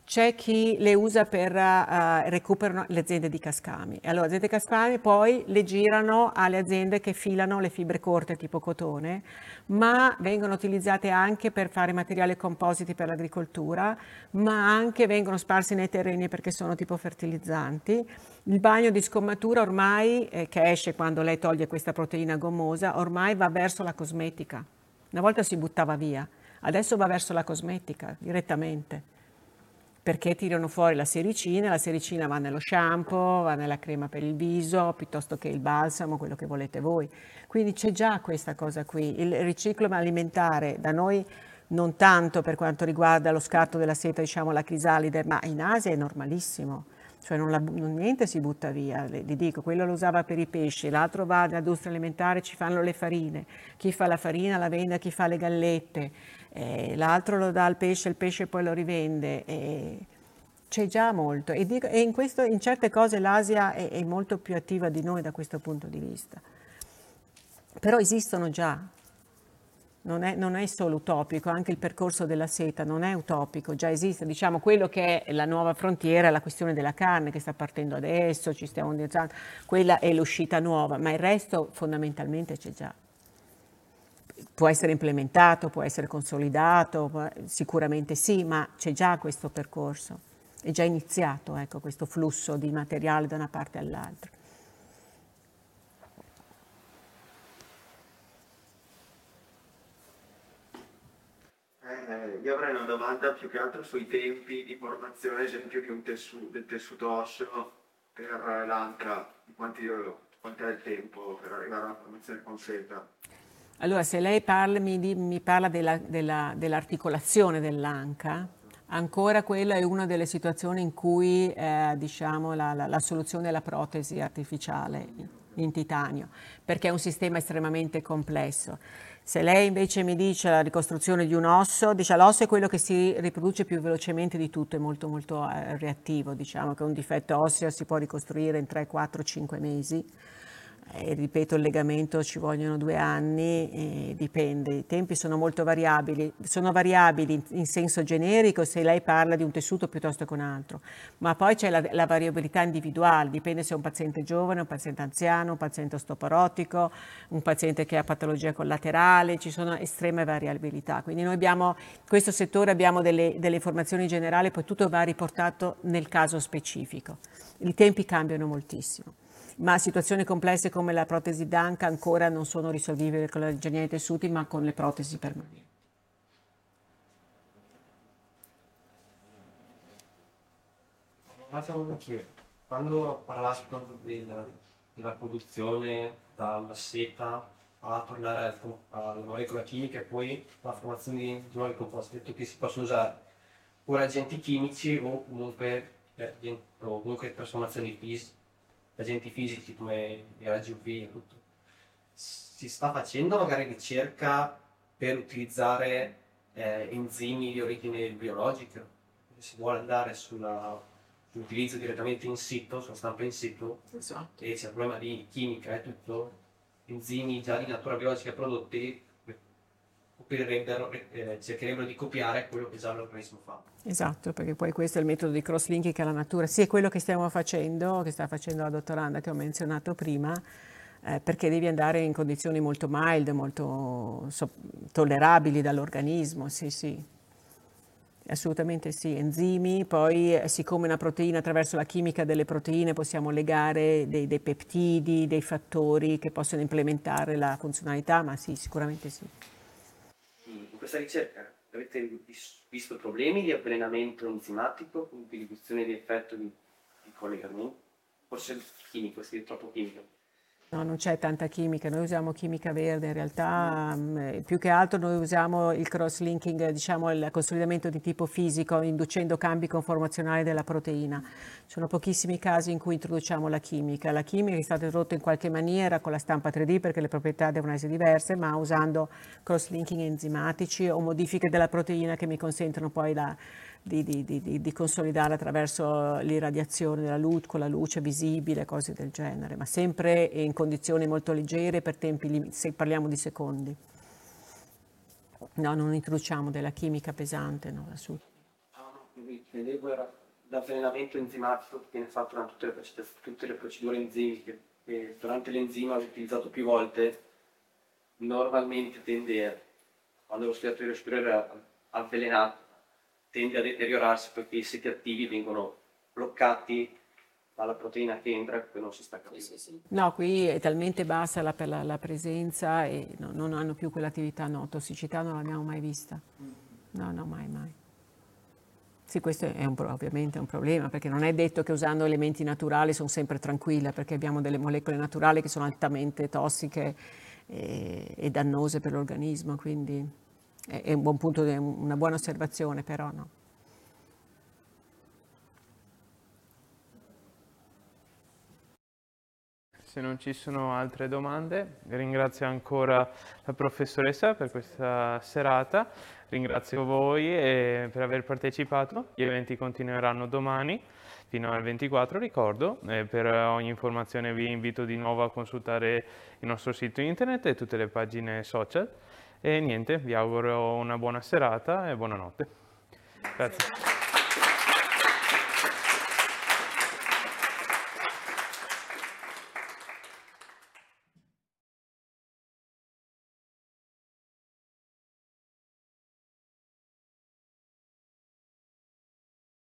c'è chi le usa per recuperare le aziende di cascami. E allora le aziende di cascami poi le girano alle aziende che filano le fibre corte tipo cotone, ma vengono utilizzate anche per fare materiali compositi per l'agricoltura, ma anche vengono sparsi nei terreni perché sono tipo fertilizzanti. Il bagno di scomatura ormai, che esce quando lei toglie questa proteina gommosa, ormai va verso la cosmetica. Una volta si buttava via, adesso va verso la cosmetica direttamente, perché tirano fuori la sericina va nello shampoo, va nella crema per il viso, piuttosto che il balsamo, quello che volete voi. Quindi c'è già questa cosa qui. Il riciclo alimentare da noi non tanto per quanto riguarda lo scarto della seta, diciamo la crisalide, ma in Asia è normalissimo. Cioè niente si butta via, vi dico, quello lo usava per i pesci, l'altro va all'industria alimentare, ci fanno le farine, chi fa la farina la vende a chi fa le gallette, l'altro lo dà al pesce, il pesce poi lo rivende, c'è già molto e in certe cose l'Asia è molto più attiva di noi da questo punto di vista, però esistono già. Non è solo utopico, anche il percorso della seta non è utopico, già esiste. Diciamo quello che è la nuova frontiera è la questione della carne che sta partendo adesso, ci stiamo iniziando, quella è l'uscita nuova, ma il resto fondamentalmente c'è già. Può essere implementato, può essere consolidato, sicuramente sì, ma c'è già questo percorso, è già iniziato, ecco, questo flusso di materiale da una parte all'altra. Io avrei una domanda più che altro sui tempi di formazione, ad esempio, del tessuto osseo per l'anca, di quanto è il tempo per arrivare alla formazione con seta? Allora, se lei mi parla dell'articolazione dell'anca, ancora quella è una delle situazioni in cui diciamo, la soluzione è la protesi artificiale in titanio, perché è un sistema estremamente complesso. Se lei invece mi dice la ricostruzione di un osso, dice l'osso è quello che si riproduce più velocemente di tutto, è molto molto reattivo, diciamo che un difetto osseo si può ricostruire in 3, 4, 5 mesi. Ripeto, il legamento ci vogliono 2 anni, dipende, i tempi sono molto variabili, in senso generico se lei parla di un tessuto piuttosto che un altro, ma poi c'è la variabilità individuale, dipende se è un paziente giovane, un paziente anziano, un paziente osteoporotico, un paziente che ha patologia collaterale, ci sono estreme variabilità, quindi noi abbiamo, in questo settore abbiamo delle informazioni generali, poi tutto va riportato nel caso specifico, i tempi cambiano moltissimo. Ma situazioni complesse come la protesi d'anca ancora non sono risolvibili con l'ingegneria dei tessuti, ma con le protesi permanenti. Quando parlasi della produzione dalla seta a tornare alle molecole chimiche e poi la formazione di nuovi composti, detto che si possono usare o agenti chimici o comunque trasformazioni fisiche, agenti fisici come i raggi UV e tutto. Si sta facendo magari ricerca per utilizzare enzimi di origine biologica? Si vuole andare sull'utilizzo direttamente in situ, sulla stampa in situ, esatto. E c'è il problema di chimica e tutto, enzimi già di natura biologica prodotti cercherebbero di copiare quello che già l'organismo fa. Esatto, perché poi questo è il metodo di cross-linking che ha la natura. Sì, è quello che stiamo facendo, che sta facendo la dottoranda che ho menzionato prima, perché devi andare in condizioni molto mild, molto tollerabili dall'organismo, sì. Assolutamente sì, enzimi, poi siccome una proteina attraverso la chimica delle proteine possiamo legare dei peptidi, dei fattori che possono implementare la funzionalità, ma sì, sicuramente sì. In questa ricerca avete visto problemi di avvelenamento enzimatico, quindi riduzione di effetto di collegamento? Forse chimico, si è troppo chimico. No, non c'è tanta chimica, noi usiamo chimica verde, in realtà più che altro noi usiamo il cross-linking, diciamo il consolidamento di tipo fisico, inducendo cambi conformazionali della proteina. Ci sono pochissimi casi in cui introduciamo la chimica è stata introdotta in qualche maniera con la stampa 3D perché le proprietà devono essere diverse, ma usando cross-linking enzimatici o modifiche della proteina che mi consentono poi di consolidare attraverso l'irradiazione della luce, con la luce visibile, cose del genere, ma sempre in condizioni molto leggere per tempi, se parliamo di secondi. No, non introduciamo della chimica pesante, no, assolutamente. Vedevo era l'avvelenamento enzimatico che viene fatto durante tutte le procedure enzimiche, e durante l'enzima utilizzato più volte normalmente tende, quando lo respiratorio respiratorio è avvelenato, tende a deteriorarsi perché i siti attivi vengono bloccati dalla proteina che entra e poi non si stacca più. No, qui è talmente bassa la presenza e non hanno più quell'attività, no, tossicità non l'abbiamo mai vista. No, mai. Sì, questo è ovviamente un problema, perché non è detto che usando elementi naturali sono sempre tranquilla, perché abbiamo delle molecole naturali che sono altamente tossiche e dannose per l'organismo, quindi è un buon punto, è una buona osservazione, però no. Se non ci sono altre domande, ringrazio ancora la professoressa per questa serata, ringrazio voi per aver partecipato. Gli eventi continueranno domani fino al 24, ricordo. Per ogni informazione vi invito di nuovo a consultare il nostro sito internet e tutte le pagine social. E niente, vi auguro una buona serata e buonanotte. Grazie.